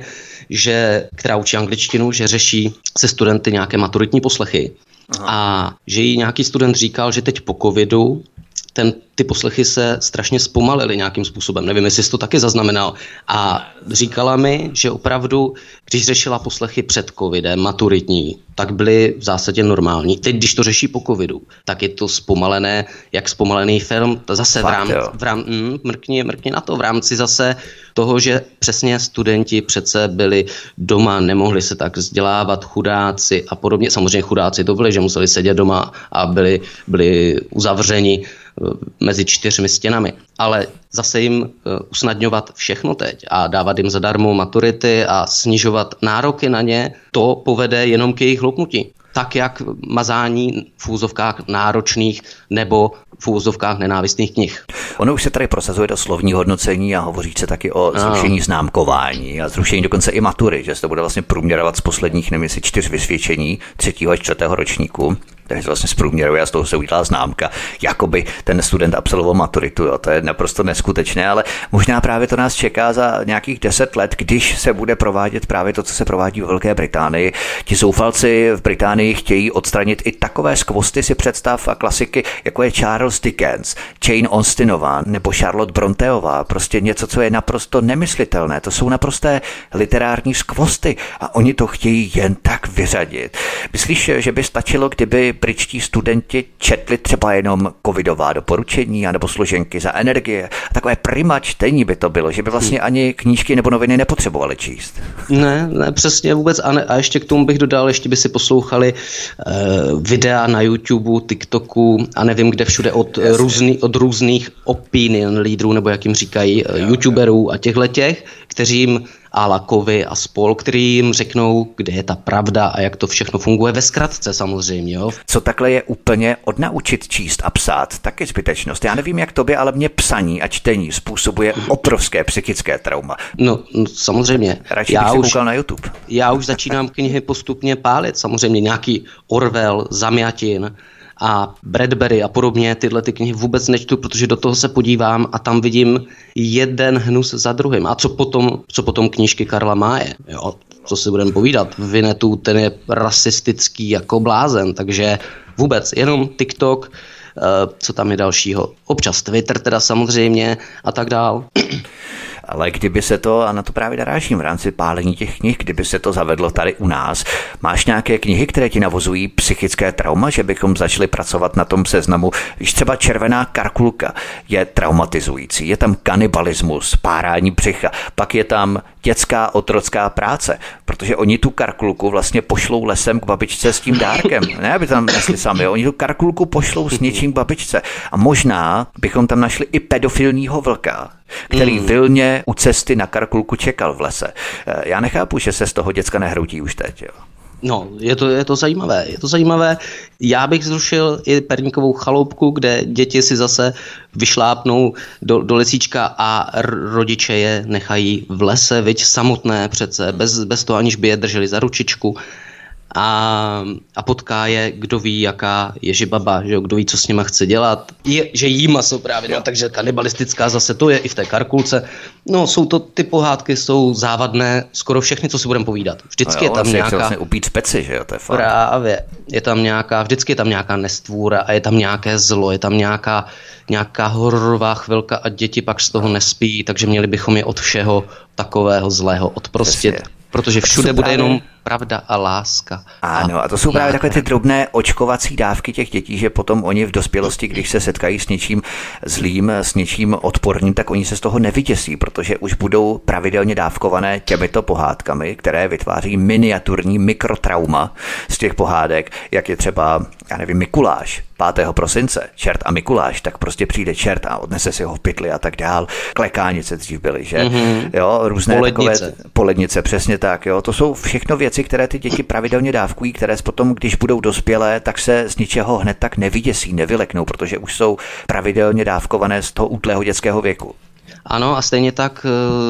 [SPEAKER 2] že, která učí angličtinu, že řeší se studenty nějaké maturitní poslechy. Aha. A že jí nějaký student říkal, že teď po covidu ten, ty poslechy se strašně zpomalily nějakým způsobem. Nevím, jestli jsi to taky zaznamenal. A říkala mi, že opravdu, když řešila poslechy před covidem, maturitní, tak byly v zásadě normální. Teď, když to řeší po covidu, tak je to zpomalené, jak zpomalený film. Zase Fakt, v rámci, v rám, mm, mrkni, mrkni na to, v rámci zase toho, že přesně studenti přece byli doma, nemohli se tak vzdělávat, chudáci a podobně. Samozřejmě chudáci to byli, že museli sedět doma a byli, byli uzavřeni mezi čtyřmi stěnami. Ale zase jim usnadňovat všechno teď a dávat jim zadarmo maturity a snižovat nároky na ně, to povede jenom k jejich hloupnutí. Tak jak mazání v úzovkách náročných nebo v úzovkách nenávistných knih.
[SPEAKER 1] Ono už se tady prosazuje do slovní hodnocení a hovoří se taky o zrušení známkování a zrušení dokonce i matury, že se to bude vlastně průměrovat z posledních, nevím jestli čtyř vysvědčení třetího a čtvrtého ročníku. Takže se vlastně zprůměruje a z toho se udělá známka, jakoby ten student absolvoval maturitu. Jo. To je naprosto neskutečné, ale možná právě to nás čeká za nějakých deset let, když se bude provádět právě to, co se provádí ve Velké Británii. Ti zoufalci v Británii chtějí odstranit i takové skvosty, si představ, a klasiky, jako je Charles Dickens, Jane Austenová nebo Charlotte Bronteová. Prostě něco, co je naprosto nemyslitelné. To jsou naprosté literární skvosty a oni to chtějí jen tak vyřadit. Myslíš, že by stačilo, kdyby britští studenti četli třeba jenom covidová doporučení anebo složenky za energie? Takové prima čtení by to bylo, že by vlastně ani knížky nebo noviny nepotřebovali číst.
[SPEAKER 2] Ne, ne, přesně vůbec. A, ne, a ještě k tomu bych dodal, ještě by si poslouchali uh, videa na YouTube, TikToku a nevím kde všude od, různý, od různých opinion lídrů, nebo jak jim říkají, uh, YouTuberů a těchhletěch, kteří jim a la Kovy a spol, který jim řeknou, kde je ta pravda a jak to všechno funguje ve zkratce samozřejmě. Jo.
[SPEAKER 1] Co takhle je úplně odnaučit číst a psát, taky zbytečnost. Já nevím, jak tobě, ale mě psaní a čtení způsobuje obrovské psychické trauma.
[SPEAKER 2] No, no samozřejmě.
[SPEAKER 1] Radši
[SPEAKER 2] já
[SPEAKER 1] bych si
[SPEAKER 2] už,
[SPEAKER 1] koukal na YouTube.
[SPEAKER 2] Já už začínám knihy postupně pálit. Samozřejmě nějaký Orwell, Zamjatin a Bradbury a podobně, tyhle ty knihy vůbec nečtu, protože do toho se podívám a tam vidím jeden hnus za druhým. A co potom, co potom knížky Karla Maye? Jo, co si budeme povídat? Winnetou, ten je rasistický jako blázen, takže vůbec jenom TikTok, uh, co tam je dalšího? Občas Twitter teda samozřejmě a tak dál.
[SPEAKER 1] Ale kdyby se to, a na to právě narážím v rámci pálení těch knih, kdyby se to zavedlo tady u nás, máš nějaké knihy, které ti navozují psychické trauma, že bychom začali pracovat na tom seznamu? Víš, třeba Červená karkulka je traumatizující, je tam kanibalismus, párání břicha, pak je tam dětská otrocká práce, protože oni tu karkulku vlastně pošlou lesem k babičce s tím dárkem. Ne, aby tam nesli sami, oni tu karkulku pošlou s něčím k babičce. A možná bychom tam našli i pedofilního vlka, který mm. vilně u cesty na karkulku čekal v lese. Já nechápu, že se z toho děcka nehroutí už teď. Jo.
[SPEAKER 2] No, je to, je to zajímavé, je to zajímavé. Já bych zrušil i Perníkovou chaloupku, kde děti si zase vyšlápnou do, do lesíčka a rodiče je nechají v lese, viď samotné přece, bez, bez toho, aniž by je drželi za ručičku. A, a potká je, kdo ví, jaká ježibaba, že jo, kdo ví, co s nima chce dělat. Je, že jí maso právě, no, takže kanibalistická zase to je i v té karkulce. No, jsou to, ty pohádky jsou závadné, skoro všechny, co si budeme povídat. Vždycky no jo, je tam nějaká...
[SPEAKER 1] vlastně upít peci, že jo, to je fakt.
[SPEAKER 2] Právě, je tam nějaká, vždycky je tam nějaká nestvůra a je tam nějaké zlo, je tam nějaká, nějaká hororová chvilka a děti pak z toho nespí, takže měli bychom je od všeho takového zlého odprostit. Přesně. Protože všude bude právě jenom pravda a láska.
[SPEAKER 1] Ano, a to jsou právě takové ty drobné očkovací dávky těch dětí, že potom oni v dospělosti, když se setkají s něčím zlým, s něčím odporným, tak oni se z toho nevyděsí, protože už budou pravidelně dávkované těmito pohádkami, které vytváří miniaturní mikrotrauma z těch pohádek, jak je třeba, já nevím, Mikuláš, pátého prosince, čert a Mikuláš, tak prostě přijde čert a odnese si ho v pytli a tak dál. Klekánice dřív byly, že? Mm-hmm. Jo, různé
[SPEAKER 2] polednice.
[SPEAKER 1] takové polednice, přesně tak, jo. To jsou všechno věci, které ty děti pravidelně dávkují, které potom, když budou dospělé, tak se z ničeho hned tak nevyděsí, nevyleknou, protože už jsou pravidelně dávkované z toho útlého dětského věku.
[SPEAKER 2] Ano, a stejně tak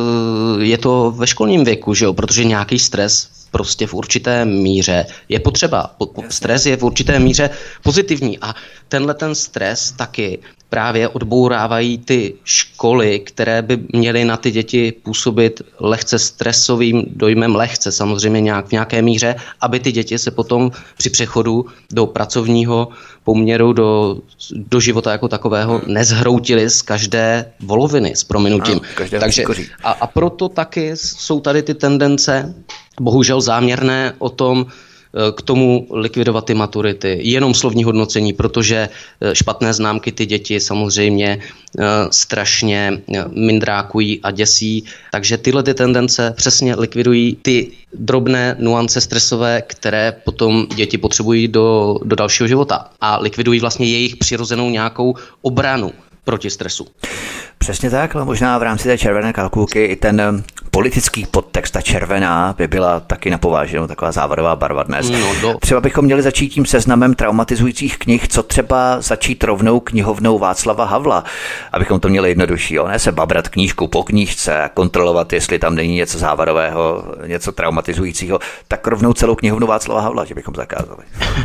[SPEAKER 2] je to ve školním věku, že jo, protože nějaký stres prostě v určité míře je potřeba. Stres je v určité míře pozitivní a tenhle ten stres taky právě odbourávají ty školy, které by měly na ty děti působit lehce stresovým dojmem, lehce samozřejmě nějak v nějaké míře, aby ty děti se potom při přechodu do pracovního poměru, do, do života jako takového nezhroutily z každé voloviny s prominutím.
[SPEAKER 1] Ano,
[SPEAKER 2] Takže, a, a proto taky jsou tady ty tendence, bohužel záměrné, o tom, k tomu likvidovat ty maturity, jenom slovní hodnocení, protože špatné známky ty děti samozřejmě strašně mindrákují a děsí, takže tyhle ty tendence přesně likvidují ty drobné nuance stresové, které potom děti potřebují do, do dalšího života a likvidují vlastně jejich přirozenou nějakou obranu proti stresu.
[SPEAKER 1] Přesně tak, ale možná v rámci té červené kalkulky i ten politický podtext, ta červená, by byla taky napováženou, taková závadová barva dnes. No, do... Třeba bychom měli začít tím seznamem traumatizujících knih, co třeba začít rovnou knihovnou Václava Havla, abychom to měli jednodušší, jo? Ne se babrat knížku po knížce a kontrolovat, jestli tam není něco závadového, něco traumatizujícího, tak rovnou celou knihovnu Václava Havla, že bychom zakázali.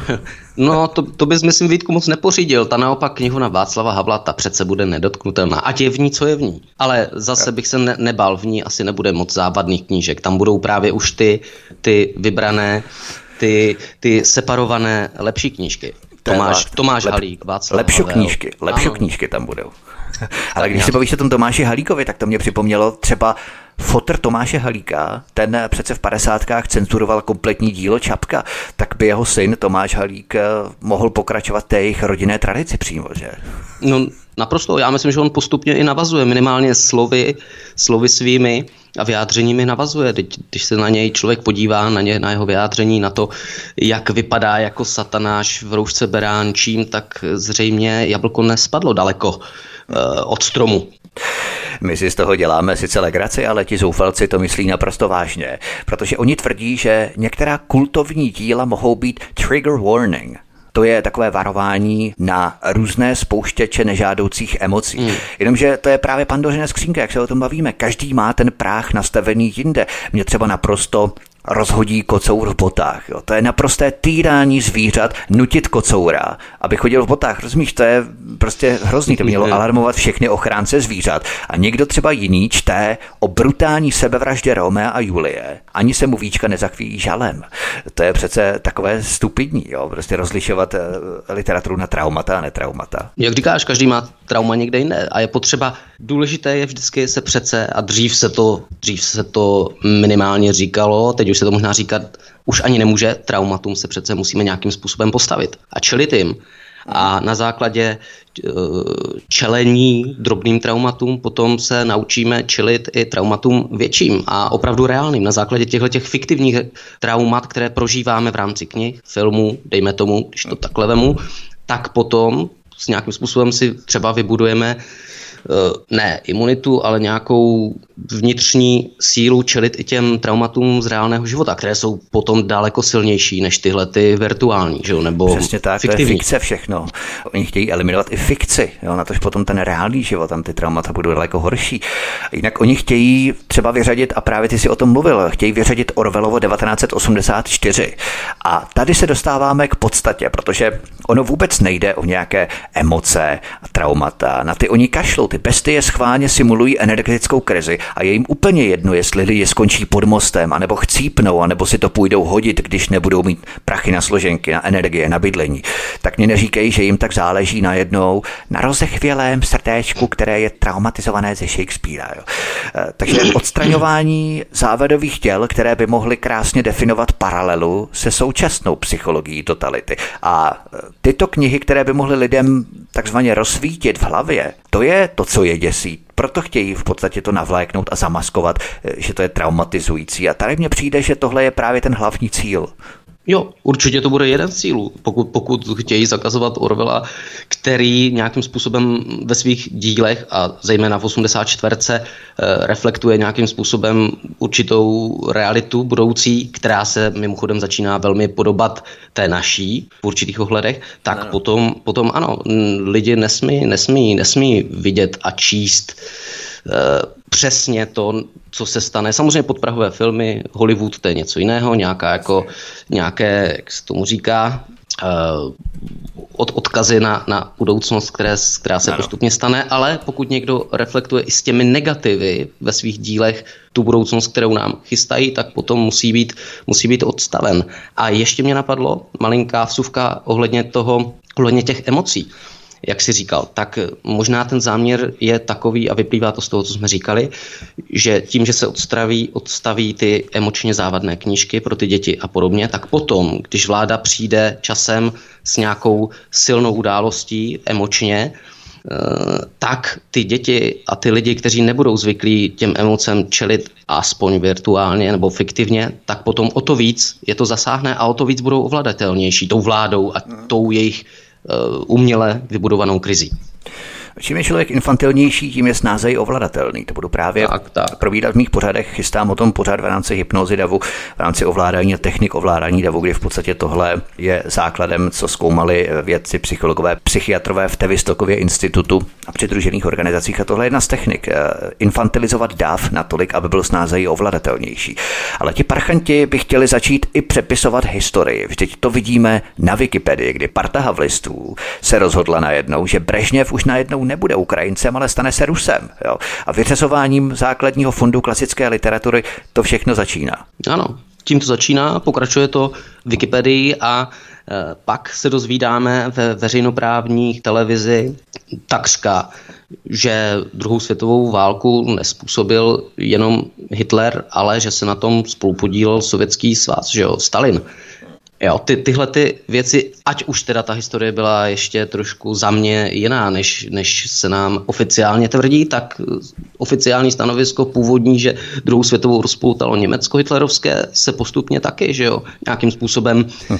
[SPEAKER 2] No, to, to bys, myslím, Vítku, moc nepořídil. Ta naopak knihovna Václava Havla, ta přece bude nedotknutelná. Ať je v ní, co je v ní. Ale zase bych se ne, nebál, v ní asi nebude moc závadných knížek. Tam budou právě už ty, ty vybrané, ty, ty separované lepší knížky. Tomáš, Tomáš Lep, Halík, Václav
[SPEAKER 1] Lepší
[SPEAKER 2] Havel.
[SPEAKER 1] knížky, lepší knížky tam budou. Ale když se bavíš o tom Tomáši Halíkovi, tak to mě připomnělo třeba fotr Tomáše Halíka, ten přece v padesátkách cenzuroval kompletní dílo Čapka, tak by jeho syn Tomáš Halík mohl pokračovat té jejich rodinné tradici přímo, že?
[SPEAKER 2] No naprosto, já myslím, že on postupně i navazuje, minimálně slovy, slovy svými a vyjádřeními navazuje. Když se na něj člověk podívá, na, ně, na jeho vyjádření, na to, jak vypadá jako satanáš v roušce beránčím, tak zřejmě jablko nespadlo daleko uh, od stromu.
[SPEAKER 1] My si z toho děláme sice legraci, ale ti zoufalci to myslí naprosto vážně, protože oni tvrdí, že některá kultovní díla mohou být trigger warning. To je takové varování na různé spouštěče nežádoucích emocí. Hmm. Jenomže to je právě Pandořina skřínka, jak se o tom bavíme. Každý má ten práh nastavený jinde. Mě třeba naprosto rozhodí kocour v botách. Jo. To je naprosté týrání zvířat, nutit kocoura, aby chodil v botách. Rozumíš, to je prostě hrozný. To mělo alarmovat všechny ochránce zvířat. A někdo třeba jiný čte o brutální sebevraždě Romea a Julie. Ani se mu víčka nezachvíjí žalem. To je přece takové stupidní, jo. Prostě rozlišovat literaturu na traumata a netraumata.
[SPEAKER 2] Jak říkáš, každý má trauma někde jinde a je potřeba, důležité je vždycky se přece, a dřív se to, dřív se to minimálně říkalo, teď už se to možná říkat už ani nemůže, traumatům se přece musíme nějakým způsobem postavit a čelit jim. A na základě čelení drobným traumatům potom se naučíme čelit i traumatům větším a opravdu reálným. Na základě těchto fiktivních traumat, které prožíváme v rámci knih, filmů, dejme tomu, když to takhle vemu, tak potom s nějakým způsobem si třeba vybudujeme ne imunitu, ale nějakou vnitřní sílu čelit i těm traumatům z reálného života, které jsou potom daleko silnější než tyhle ty virtuální, že jo, nebo
[SPEAKER 1] přesně tak, fiktivní. To je fikce všechno. Oni chtějí eliminovat i fikci, jo, na tož potom ten reálný život, tam ty traumata budou daleko horší. Jinak oni chtějí třeba vyřadit, a právě ty si o tom mluvil, chtějí vyřadit Orwellovo devatenáct set osmdesát čtyři. A tady se dostáváme k podstatě, protože ono vůbec nejde o nějaké emoce a traumata, na ty oni kašlou. Ty bestie schválně simulují energetickou krizi a je jim úplně jedno, jestli lidi skončí pod mostem, anebo chcípnou, anebo si to půjdou hodit, když nebudou mít prachy na složenky, na energie, na bydlení. Tak mě neříkej, že jim tak záleží najednou na rozechvělém srdéčku, které je traumatizované ze Shakespearea. Jo. Takže odstraňování závadových těl, které by mohly krásně definovat paralelu se současnou psychologií totality. A tyto knihy, které by mohly lidem takzvaně rozsvítit v hlavě, to je to, co je děsí. Proto chtějí v podstatě to navléknout a zamaskovat, že to je traumatizující. A tady mně přijde, že tohle je právě ten hlavní cíl.
[SPEAKER 2] Jo, určitě to bude jeden z cílů, pokud, pokud chtějí zakazovat Orwella, který nějakým způsobem ve svých dílech a zejména v osmdesát čtyři eh, reflektuje nějakým způsobem určitou realitu budoucí, která se mimochodem začíná velmi podobat té naší v určitých ohledech, tak no. potom, potom ano, lidi nesmí, nesmí, nesmí vidět a číst eh, přesně to, co se stane. Samozřejmě podprahové filmy, Hollywood, to je něco jiného, nějaká jako, nějaké, jak se tomu říká, uh, od, odkazy na, na budoucnost, které, která se ano. postupně stane, ale pokud někdo reflektuje i s těmi negativy ve svých dílech tu budoucnost, kterou nám chystají, tak potom musí být, musí být odstaven. A ještě mě napadlo malinká vsuvka ohledně toho, ohledně těch emocí. Jak jsi říkal, tak možná ten záměr je takový a vyplývá to z toho, co jsme říkali, že tím, že se odstaví, odstaví ty emočně závadné knížky pro ty děti a podobně, tak potom, když vláda přijde časem s nějakou silnou událostí emočně, tak ty děti a ty lidi, kteří nebudou zvyklí těm emocem čelit aspoň virtuálně nebo fiktivně, tak potom o to víc je to zasáhne a o to víc budou ovladatelnější tou vládou a tou jejich uměle vybudovanou krizí.
[SPEAKER 1] Čím je člověk infantilnější, tím je snáze i ovladatelný. To budu právě tak, tak. probídat v mých pořadech. Chystám o tom pořad v rámci hypnózy davu, v rámci ovládání a technik ovládání davu, kdy v podstatě tohle je základem, co zkoumali vědci, psychologové, psychiatrové v Tavistokově institutu a přidružených organizacích. A tohle je jedna z technik. Infantilizovat dav natolik, aby byl snáze i ovladatelnější. Ale ti parchanti by chtěli začít i přepisovat historii. Vždyť to vidíme na Wikipedii, kdy parta havlistů se rozhodla najednou, že Brežněv už najednou nebude Ukrajincem, ale stane se Rusem. Jo? A vyřazováním základního fondu klasické literatury to všechno začíná.
[SPEAKER 2] Ano, tím to začíná, pokračuje to v Wikipedii a e, pak se dozvídáme ve veřejnoprávních televizi takřka, že druhou světovou válku nezpůsobil jenom Hitler, ale že se na tom spolupodílel Sovětský svaz, že jo, Stalin. Jo, ty, tyhle ty věci, ať už teda ta historie byla ještě trošku za mě jiná, než, než se nám oficiálně tvrdí, tak oficiální stanovisko původní, že druhou světovou rozpoutalo Německo hitlerovské, se postupně taky, že jo, nějakým způsobem hm. uh,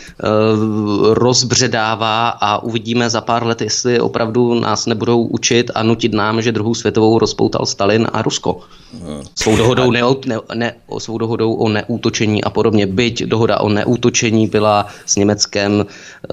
[SPEAKER 2] rozbředává a uvidíme za pár let, jestli opravdu nás nebudou učit a nutit nám, že druhou světovou rozpoutal Stalin a Rusko. Hm. Svou dohodou, ne, ne, ne, svou dohodou o neútočení a podobně, byť dohoda o neútočení byla s Německem e,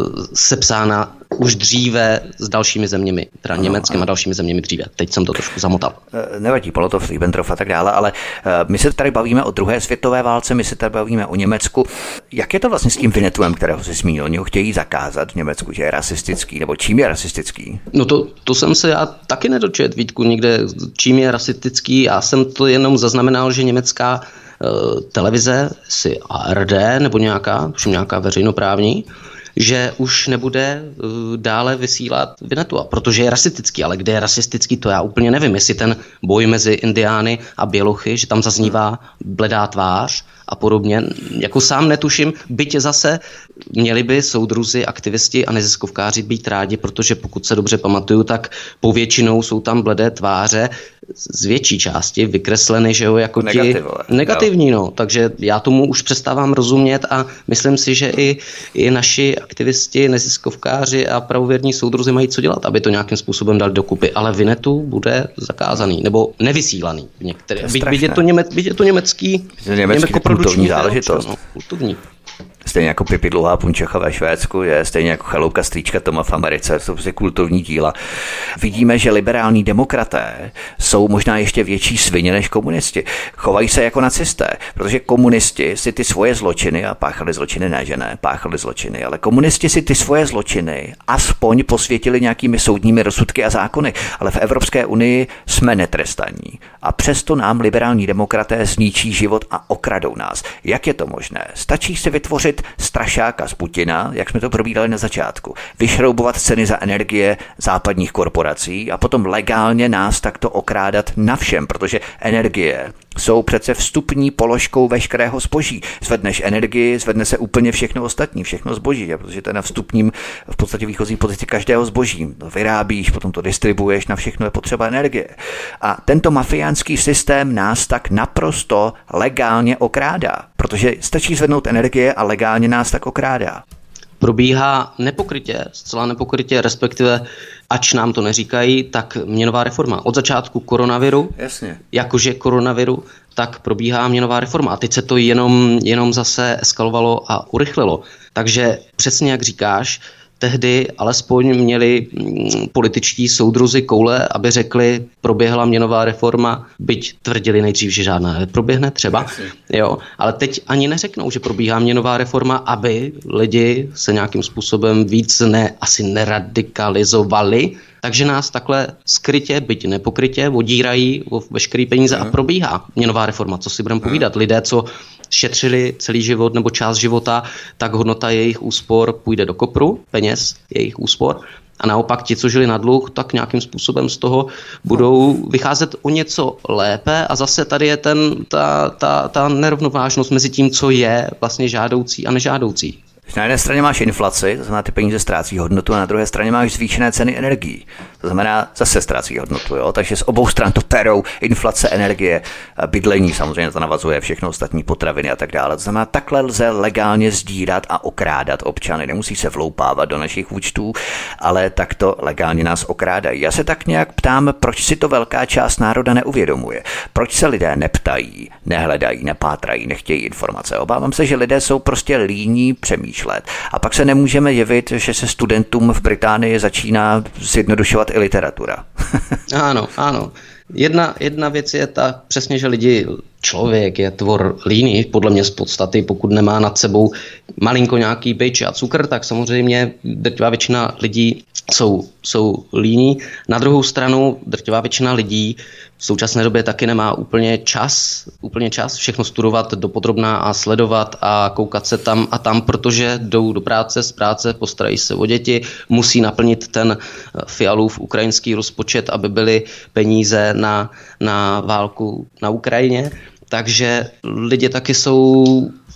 [SPEAKER 2] sepsána už dříve s dalšími zeměmi, teda ano, Německem ano. a dalšími zeměmi dříve. Teď jsem to trošku zamotal.
[SPEAKER 1] Nevadí, Molotov, Ribbentrop a tak dále, ale my se tady bavíme o druhé světové válce, my se tady bavíme o Německu. Jak je to vlastně s tím Vinetuem, kterého jsi zmínil? Oni ho chtějí zakázat v Německu, že je rasistický, nebo čím je rasistický?
[SPEAKER 2] No to, to jsem se já taky nedočet, Vítku, nikde, čím je rasistický. Já jsem to jenom zaznamenal, že německá televize, si A R D nebo nějaká, už nějaká veřejnoprávní, že už nebude uh, dále vysílat Vinetua, protože je rasistický, ale kde je rasistický, to já úplně nevím, jestli ten boj mezi Indiány a Bělochy, že tam zaznívá bledá tvář a podobně, jako sám netuším, byť zase měli by soudruzi, aktivisti a neziskovkáři být rádi, protože pokud se dobře pamatuju, tak povětšinou jsou tam bledé tváře z větší části vykresleny, že jo, jako ti negativní, no, takže já tomu už přestávám rozumět a myslím si, že i, i naši aktivisti, neziskovkáři a pravověrní soudruzi mají co dělat, aby to nějakým způsobem dali dokupy, ale Vinetu bude zakázaný, nebo nevysílaný. Některé, byť, byť, je to něme, byť je to německý,
[SPEAKER 1] německý kulturní záležitost.
[SPEAKER 2] No, kulturní.
[SPEAKER 1] Stejně jako Pipi Dlouhá Punčecha ve Švédsku, je stejně jako Chaloupka strýčka Toma v Americe, to jsou prostě kulturní díla. Vidíme, že liberální demokraté jsou možná ještě větší svině než komunisti. Chovají se jako nacisté, protože komunisti si ty svoje zločiny, a páchali zločiny, ne že ne, páchali zločiny, ale komunisti si ty svoje zločiny aspoň posvětili nějakými soudními rozsudky a zákony, ale v Evropské unii jsme netrestaní. A přesto nám liberální demokraté zničí život a okradou nás. Jak je to možné? Stačí si vytvořit strašáka z Putina, jak jsme to probírali na začátku, vyšroubovat ceny za energie západních korporací a potom legálně nás takto okrádat na všem, protože energie jsou přece vstupní položkou veškerého zboží. Zvedneš energii, zvedne se úplně všechno ostatní, všechno zboží, protože to je na vstupním v podstatě výchozí pozici každého zboží. Vyrábíš, potom to distribuuješ, na všechno je potřeba energie. A tento mafiánský systém nás tak naprosto legálně okrádá, protože stačí zvednout energie a legálně nás tak okrádá.
[SPEAKER 2] Probíhá nepokrytě, zcela nepokrytě, respektive ač nám to neříkají, tak měnová reforma. Od začátku koronaviru,
[SPEAKER 1] Jasně.
[SPEAKER 2] jakože koronaviru, tak probíhá měnová reforma. A teď se to jenom, jenom zase eskalovalo a urychlilo. Takže přesně jak říkáš, tehdy alespoň měli političtí soudruzi koule, aby řekli, proběhla měnová reforma, byť tvrdili nejdřív, že žádná neproběhne třeba, jo, ale teď ani neřeknou, že probíhá měnová reforma, aby lidi se nějakým způsobem víc ne, asi neradikalizovali, takže nás takhle skrytě, byť nepokrytě, odírají o veškerý peníze a probíhá měnová reforma, co si budeme povídat. Lidé, co šetřili celý život nebo část života, tak hodnota jejich úspor půjde do kopru, peněz jejich úspor. A naopak ti, co žili na dluh, tak nějakým způsobem z toho budou vycházet o něco lépe a zase tady je ten, ta, ta, ta nerovnovážnost mezi tím, co je vlastně žádoucí a nežádoucí.
[SPEAKER 1] Na jedné straně máš inflaci, to znamená, ty peníze ztrácí hodnotu, a na druhé straně máš zvýšené ceny energií. To znamená, zase ztrácí hodnotu, jo? Takže z obou stran to perou, inflace, energie, bydlení, samozřejmě to navazuje všechno ostatní potraviny a tak dále. To znamená, takhle lze legálně sdírat a okrádat občany. Nemusí se vloupávat do našich účtů, ale takto legálně nás okrádají. Já se tak nějak ptám, proč si to velká část národa neuvědomuje. Proč se lidé neptají, nehledají, nepátrají, nechtějí informace. Obávám se, že lidé jsou prostě líní přemýšlet. A pak se nemůžeme jevit, že se studentům v Británii začíná zjednodušovat i literatura.
[SPEAKER 2] Ano, ano. Jedna, jedna věc je ta přesně, že lidi, člověk je tvor líný, podle mě z podstaty, pokud nemá nad sebou malinko nějaký bič a cukr, tak samozřejmě drtivá většina lidí jsou, jsou líní. Na druhou stranu drtivá většina lidí v současné době taky nemá úplně čas, úplně čas všechno studovat dopodrobná a sledovat a koukat se tam a tam, protože jdou do práce, z práce, postarají se o děti, musí naplnit ten Fialův ukrajinský rozpočet, aby byly peníze na, na válku na Ukrajině. Takže lidi taky jsou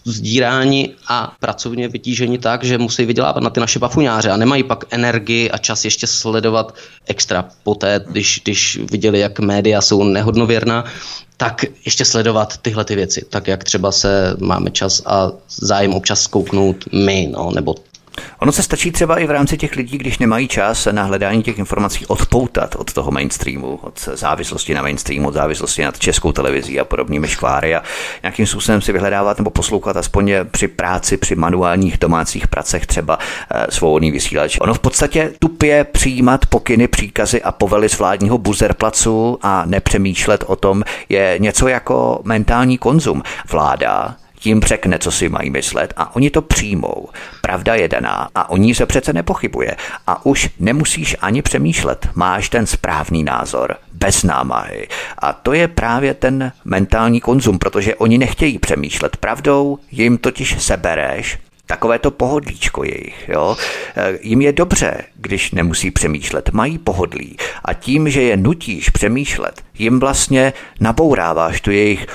[SPEAKER 2] zdíráni a pracovně vytíženi tak, že musí vydělávat na ty naše bafuňáře a nemají pak energii a čas ještě sledovat extra poté, když, když viděli, jak média jsou nehodnověrná, tak ještě sledovat tyhle ty věci, tak jak třeba se máme čas a zájem občas zkouknout my, no, nebo
[SPEAKER 1] Ono se stačí třeba i v rámci těch lidí, když nemají čas na hledání těch informací, odpoutat od toho mainstreamu, od závislosti na mainstreamu, od závislosti nad Českou televizí a podobnými škváry a nějakým způsobem si vyhledávat nebo poslouchat aspoň při práci, při manuálních domácích pracech třeba e, svobodný vysílač. Ono v podstatě tupě přijímat pokyny, příkazy a povely z vládního buzerplacu a nepřemýšlet o tom je něco jako mentální konzum. Vláda tím řekne, co si mají myslet a oni to přijmou. Pravda je daná a o ní se přece nepochybuje. A už nemusíš ani přemýšlet. Máš ten správný názor, bez námahy. A to je právě ten mentální konzum, protože oni nechtějí přemýšlet. Pravdou jim totiž sebereš takové to pohodlíčko jejich. Jo? Jim je dobře, když nemusí přemýšlet. Mají pohodlí. A tím, že je nutíš přemýšlet, jim vlastně nabouráváš tu jejich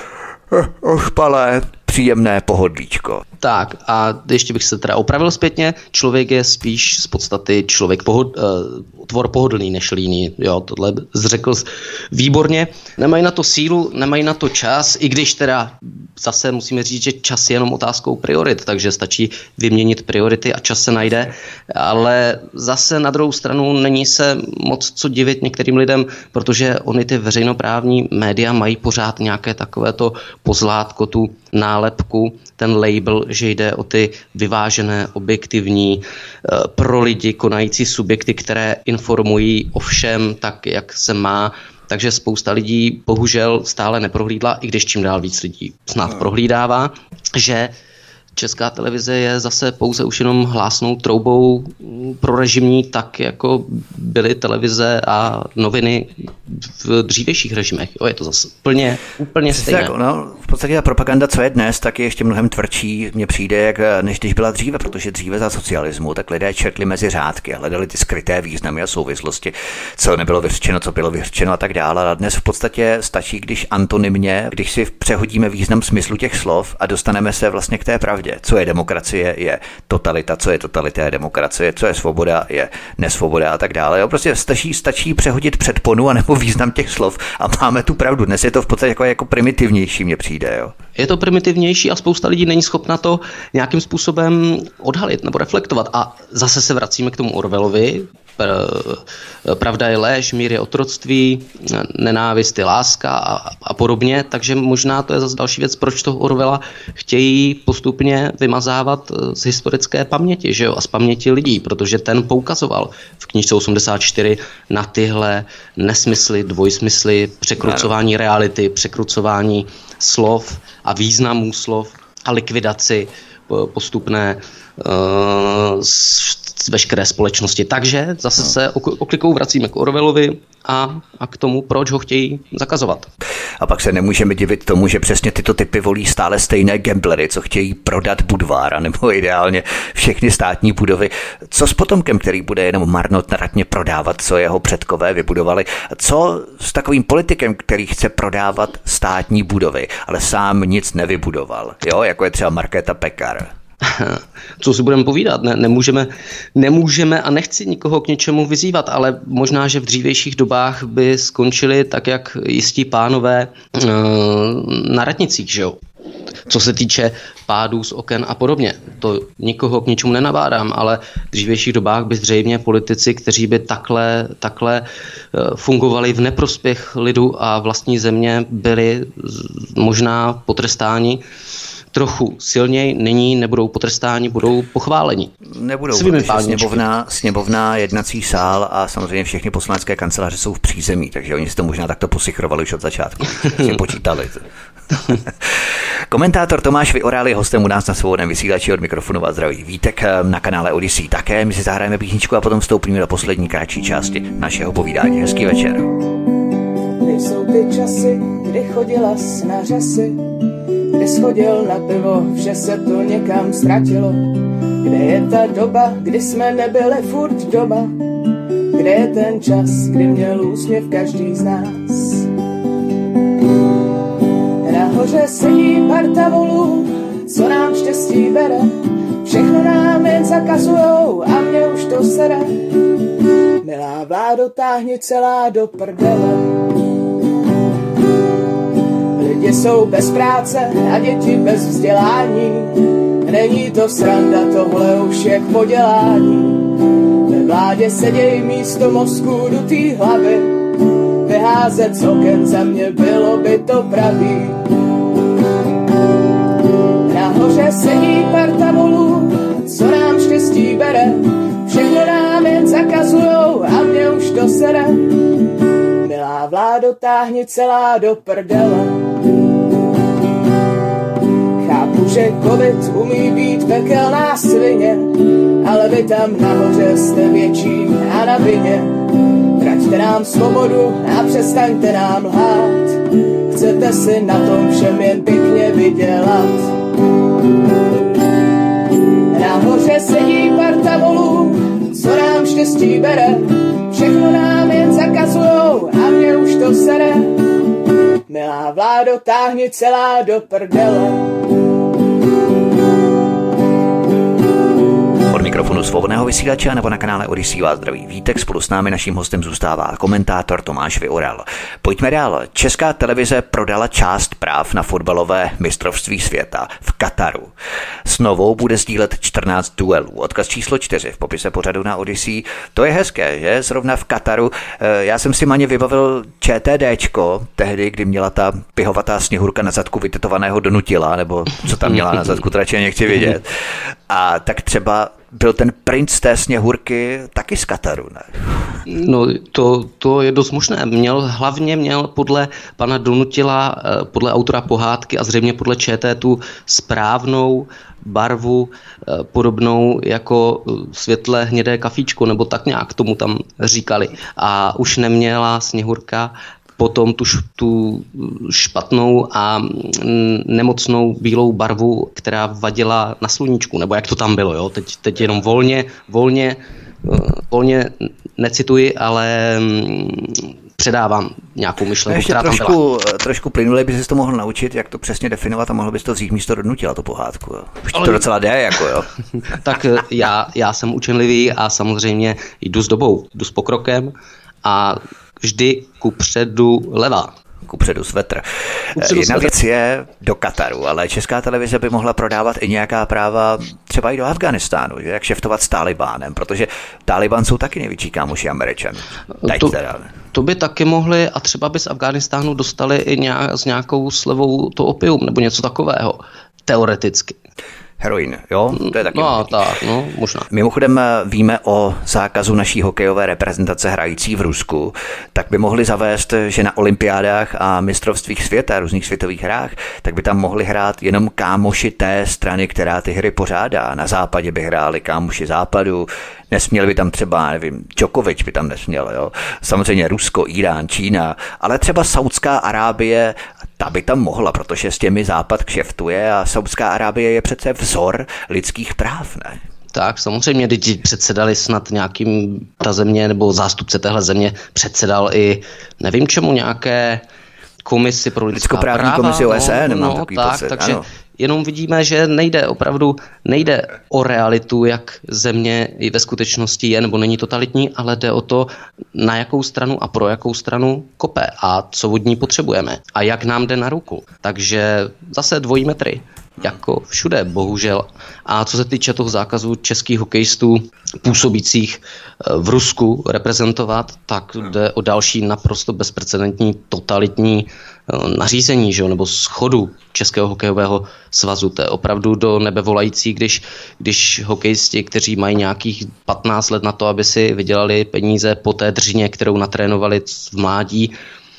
[SPEAKER 1] ošpalé, příjemné pohodlíčko.
[SPEAKER 2] Tak a ještě bych se teda opravil zpětně, člověk je spíš z podstaty člověk pohod, uh, tvor pohodlný než líný, jo, tohle zřekl výborně. Nemají na to sílu, nemají na to čas, i když teda zase musíme říct, že čas je jenom otázkou priorit, takže stačí vyměnit priority a čas se najde, ale zase na druhou stranu není se moc co divit některým lidem, protože oni ty veřejnoprávní média mají pořád nějaké takovéto pozlátko, tu nálepku, ten label, že jde o ty vyvážené, objektivní, pro lidi konající subjekty, které informují o všem tak, jak se má. Takže spousta lidí bohužel stále neprohlídla, i když čím dál víc lidí snad prohlídává, že Česká televize je zase pouze už jenom hlásnou troubou pro režimní, tak jako byly televize a noviny v dřívějších režimech. Jo, je to zase úplně, úplně stejné.
[SPEAKER 1] Tak, no, v podstatě ta propaganda, co je dnes, tak je ještě mnohem tvrdší, mně přijde, jak, než když byla dříve, protože dříve za socialismu, tak lidé četli mezi řádky a hledali ty skryté významy a souvislosti, co nebylo vyřčeno, co bylo vyřčeno a tak dále. A dnes v podstatě stačí, když antonymně, když si přehodíme význam smyslu těch slov a dostaneme se vlastně k té pravdě. Co je demokracie, je totalita, co je totalita, je demokracie, co je svoboda, je nesvoboda a tak dále. Jo, prostě stačí, stačí přehodit předponu anebo význam těch slov a máme tu pravdu. Dnes je to v podstatě jako, jako primitivnější, mně přijde. Jo.
[SPEAKER 2] Je to primitivnější a spousta lidí není schopna to nějakým způsobem odhalit nebo reflektovat. A zase se vracíme k tomu Orwellovi. Pravda je lež, mír je otroctví, nenávist je láska a, a podobně, takže možná to je zase další věc, proč toho Orwella chtějí postupně vymazávat z historické paměti, že jo, a z paměti lidí, protože ten poukazoval v knížce osmdesát čtyři na tyhle nesmysly, dvojsmysly, překrucování reality, překrucování slov a významů slov a likvidaci postupné uh, z veškeré společnosti. Takže zase se oklikou vracíme k Orwellovi a, a k tomu, proč ho chtějí zakazovat.
[SPEAKER 1] A pak se nemůžeme divit tomu, že přesně tyto typy volí stále stejné gamblery, co chtějí prodat Budvar, nebo ideálně všechny státní budovy. Co s potomkem, který bude jenom marnotratně prodávat, co jeho předkové vybudovali? Co s takovým politikem, který chce prodávat státní budovy, ale sám nic nevybudoval? Jo, jako je třeba Markéta Pekar.
[SPEAKER 2] Co si budeme povídat, ne, nemůžeme, nemůžeme a nechci nikoho k něčemu vyzývat, ale možná, že v dřívějších dobách by skončili tak, jak jistí pánové e, na radnicích, že jo? Co se týče pádů z oken a podobně. To nikoho k ničemu nenabádám, ale v dřívějších dobách by zřejmě politici, kteří by takhle, takhle fungovali v neprospěch lidu a vlastní země, byli možná potrestáni trochu silněji, nyní nebudou potrestáni, budou pochváleni.
[SPEAKER 1] Nebudou, protože sněmovna, sněmovna, jednací sál a samozřejmě všechny poslanecké kanceláře jsou v přízemí, takže oni si to možná takto posichrovali už od začátku. Si počítali. Komentátor Tomáš Vyoral je hostem u nás na Svobodném vysílači, od mikrofonu vás zdraví Vítek na kanále Odyssey také. My si zahrajeme písničku a potom vstoupíme do poslední kratší části našeho povídání. Hezký večer.
[SPEAKER 4] Kdy jsou ty časy, kdy chodila na řasy, kdy schodil na pivo, vše se to někam ztratilo. Kde je ta doba, kdy jsme nebyli furt doma? Kde je ten čas, kdy měl úsměv každý z nás? Nahoře sedí parta volů, co nám štěstí bere. Všechno nám jen zakazujou a mě už to sere. Milá vládo, táhni celá do prdele. Lidi jsou bez práce a děti bez vzdělání. Není to sranda, tohle už je k podělání. Ve vládě seděj místo mozku dutý hlavy. Vyházet z oken za mě bylo by to pravý. Nahoře sedí parta volů, co nám štěstí bere. Všechno nám jen zakazujou a mě už to sere. Milá vládo, táhni celá do prdele. Chápu, že covid umí být pekelná svině, ale vy tam nahoře jste větší a na vině. Vraťte nám svobodu a přestaňte nám lhát. Chcete si na tom všem jen pěkně vydělat. Nahoře sedí parta volů, co nám štěstí bere. Všechno nám jen zakazujou a mě už to sere. Milá vládo, táhni celá do prdele.
[SPEAKER 1] Od mikrofonu Svobodného vysílače nebo na kanále Odyssey vás zdraví Vítek. Spolu s námi naším hostem zůstává komentátor Tomáš Vyoral. Pojďme dál. Česká televize prodala část práv na fotbalové mistrovství světa v Kataru. S Novou bude sdílet čtrnáct duelů. Odkaz číslo čtyři v popise pořadu na Odyssey. To je hezké, že? Zrovna v Kataru. Já jsem si maně vybavil ČTDčko, tehdy, kdy měla ta pihovatá sněhurka na zadku vytetovaného Donutila, nebo co tam měla na zadku, to radši nechci vědět. A tak třeba byl ten princ té sněhurky taky z Kataru, ne?
[SPEAKER 2] No, to, to je dost možné. Měl, hlavně měl podle pana Donutila, podle autora pohádky a zřejmě podle ČT tu správnou barvu podobnou jako světle hnědé kafíčko, nebo tak nějak tomu tam říkali. A už neměla sněhurka potom tu, tu špatnou a nemocnou bílou barvu, která vadila na sluníčku, nebo jak to tam bylo, jo? Teď, teď jenom volně, volně, volně necituji, ale předávám nějakou myšlenku,
[SPEAKER 1] ještě
[SPEAKER 2] která
[SPEAKER 1] trošku,
[SPEAKER 2] tam byla.
[SPEAKER 1] Trošku plynule bys to mohl naučit, jak to přesně definovat a mohl bys to vzít místo Donutila, tu pohádku. Jo? Už ale to docela jde, jako jo.
[SPEAKER 2] Tak já, já jsem učenlivý a samozřejmě jdu s dobou, jdu s pokrokem a vždy kupředu levá.
[SPEAKER 1] Kupředu svetr. Kupředu Jedna svetr. Věc je do Kataru, ale Česká televize by mohla prodávat i nějaká práva třeba i do Afghánistánu, že? Jak šeftovat s Talibánem, protože Taliban jsou taky největší kámoši Američanů.
[SPEAKER 2] To, to by taky mohli a třeba by z Afghánistánu dostali i nějak, s nějakou slevou to opium nebo něco takového. Teoreticky.
[SPEAKER 1] Heroin, jo? To je taky
[SPEAKER 2] no, tak, no, možná.
[SPEAKER 1] Mimochodem víme o zákazu naší hokejové reprezentace hrající v Rusku, tak by mohli zavést, že na olympiádách a mistrovstvích světa, různých světových hrách, tak by tam mohli hrát jenom kámoši té strany, která ty hry pořádá. Na západě by hráli kámoši západu, nesměl by tam třeba, nevím, Djokovic by tam nesměl, jo? Samozřejmě Rusko, Irán, Čína, ale třeba Saudská Arábie, ta by tam mohla, protože s těmi západ kšeftuje a Saudská Arábie je přece vzor lidských práv, ne?
[SPEAKER 2] Tak, samozřejmě, když předsedali snad nějakým, ta země, nebo zástupce téhle země předsedal i, nevím čemu, nějaké komisi pro lidská práva.
[SPEAKER 1] Lidskoprávní komisi O S N,
[SPEAKER 2] no,
[SPEAKER 1] mám
[SPEAKER 2] no,
[SPEAKER 1] takový
[SPEAKER 2] tak,
[SPEAKER 1] pocit.
[SPEAKER 2] Takže
[SPEAKER 1] ano.
[SPEAKER 2] Jenom vidíme, že nejde opravdu, nejde o realitu, jak země i ve skutečnosti je, nebo není totalitní, ale jde o to, na jakou stranu a pro jakou stranu kope a co od ní potřebujeme a jak nám jde na ruku. Takže zase dvojí metry, jako všude, bohužel. A co se týče toho zákazu českých hokejistů působících v Rusku reprezentovat, tak jde o další naprosto bezprecedentní totalitní nařízení, že? Nebo schodu Českého hokejového svazu. To je opravdu do nebe volající, když, když hokejisti, kteří mají nějakých patnáct let na to, aby si vydělali peníze po té dřině, kterou natrénovali v mládí,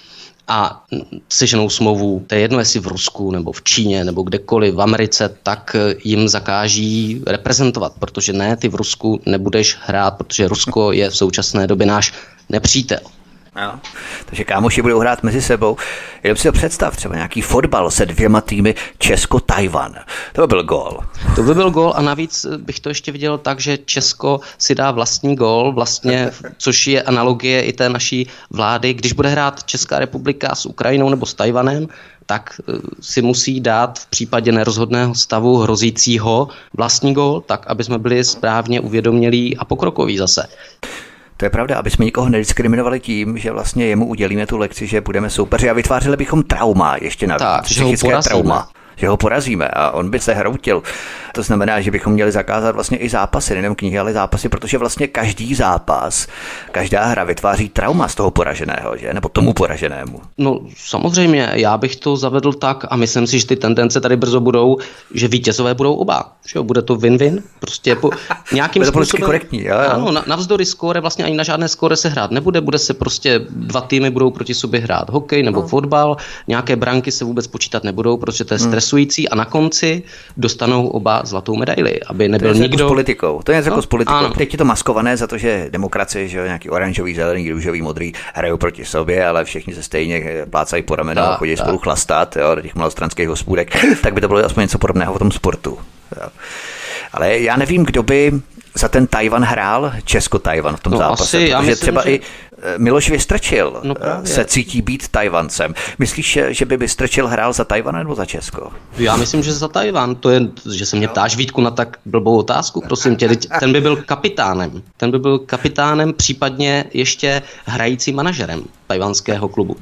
[SPEAKER 2] a seženou smlouvu, to je jedno, jestli v Rusku, nebo v Číně, nebo kdekoliv, v Americe, tak jim zakáží reprezentovat, protože ne, ty v Rusku nebudeš hrát, protože Rusko je v současné době náš nepřítel.
[SPEAKER 1] Jo. Takže kámoši budou hrát mezi sebou. Jenom si to představ, třeba nějaký fotbal se dvěma týmy Česko-Tajvan. To by byl gól.
[SPEAKER 2] To by byl gól a navíc bych to ještě viděl tak, že Česko si dá vlastní gól, vlastně, což je analogie i té naší vlády. Když bude hrát Česká republika s Ukrajinou nebo s Tajvanem, tak si musí dát v případě nerozhodného stavu hrozícího vlastní gól, tak aby jsme byli správně uvědomělí a pokrokoví zase.
[SPEAKER 1] To je pravda, aby jsme nikoho nediskriminovali tím, že vlastně jemu udělíme tu lekci, že budeme soupeři a vytvářeli bychom trauma ještě navíc.
[SPEAKER 2] Tak,
[SPEAKER 1] psychické trauma. Že ho porazíme a on by se hroutil. To znamená, že bychom měli zakázat vlastně i zápasy, nejenom knihy, ale zápasy, protože vlastně každý zápas, každá hra vytváří trauma z toho poraženého, že? Nebo tomu poraženému.
[SPEAKER 2] No samozřejmě, já bych to zavedl tak a myslím si, že ty tendence tady brzo budou, že vítězové budou oba. Že jo, bude to win-win, prostě po nějakým
[SPEAKER 1] způsobem. Korektní, jo, jo.
[SPEAKER 2] Ano, na, navzdory skóre vlastně ani na žádné skóre se hrát nebude, bude se prostě dva týmy budou proti sobě hrát hokej nebo no. fotbal, nějaké branky se vůbec počítat nebudou, protože to je stres a na konci dostanou oba zlatou medaili, aby nebyl
[SPEAKER 1] to je
[SPEAKER 2] nikdo...
[SPEAKER 1] Jako s politikou. To je jako
[SPEAKER 2] no,
[SPEAKER 1] s politikou.
[SPEAKER 2] Ano.
[SPEAKER 1] Teď je to maskované za to, že demokracie, že nějaký oranžový, zelený, růžový, modrý hrajou proti sobě, ale všichni se stejně plácají po ramenu a chodí tak. spolu chlastat, jo, do těch malostranských hospůdek. Tak by to bylo aspoň něco podobného v tom sportu. Jo. Ale já nevím, kdo by za ten Tajvan hrál, Česko-Tajvan v tom
[SPEAKER 2] no,
[SPEAKER 1] zápase,
[SPEAKER 2] asi,
[SPEAKER 1] protože
[SPEAKER 2] myslím,
[SPEAKER 1] třeba
[SPEAKER 2] že...
[SPEAKER 1] i Miloš Vystrčil
[SPEAKER 2] no
[SPEAKER 1] se cítí být Tajvancem. Myslíš, že by Vystrčil hrál za Tajvan nebo za Česko?
[SPEAKER 2] Já myslím, že za Tajvan. To je, že se mě ptáš, Vítku, na tak blbou otázku, prosím tě. Ten by byl kapitánem. Ten by byl kapitánem, případně ještě hrajícím manažerem tajvanského klubu.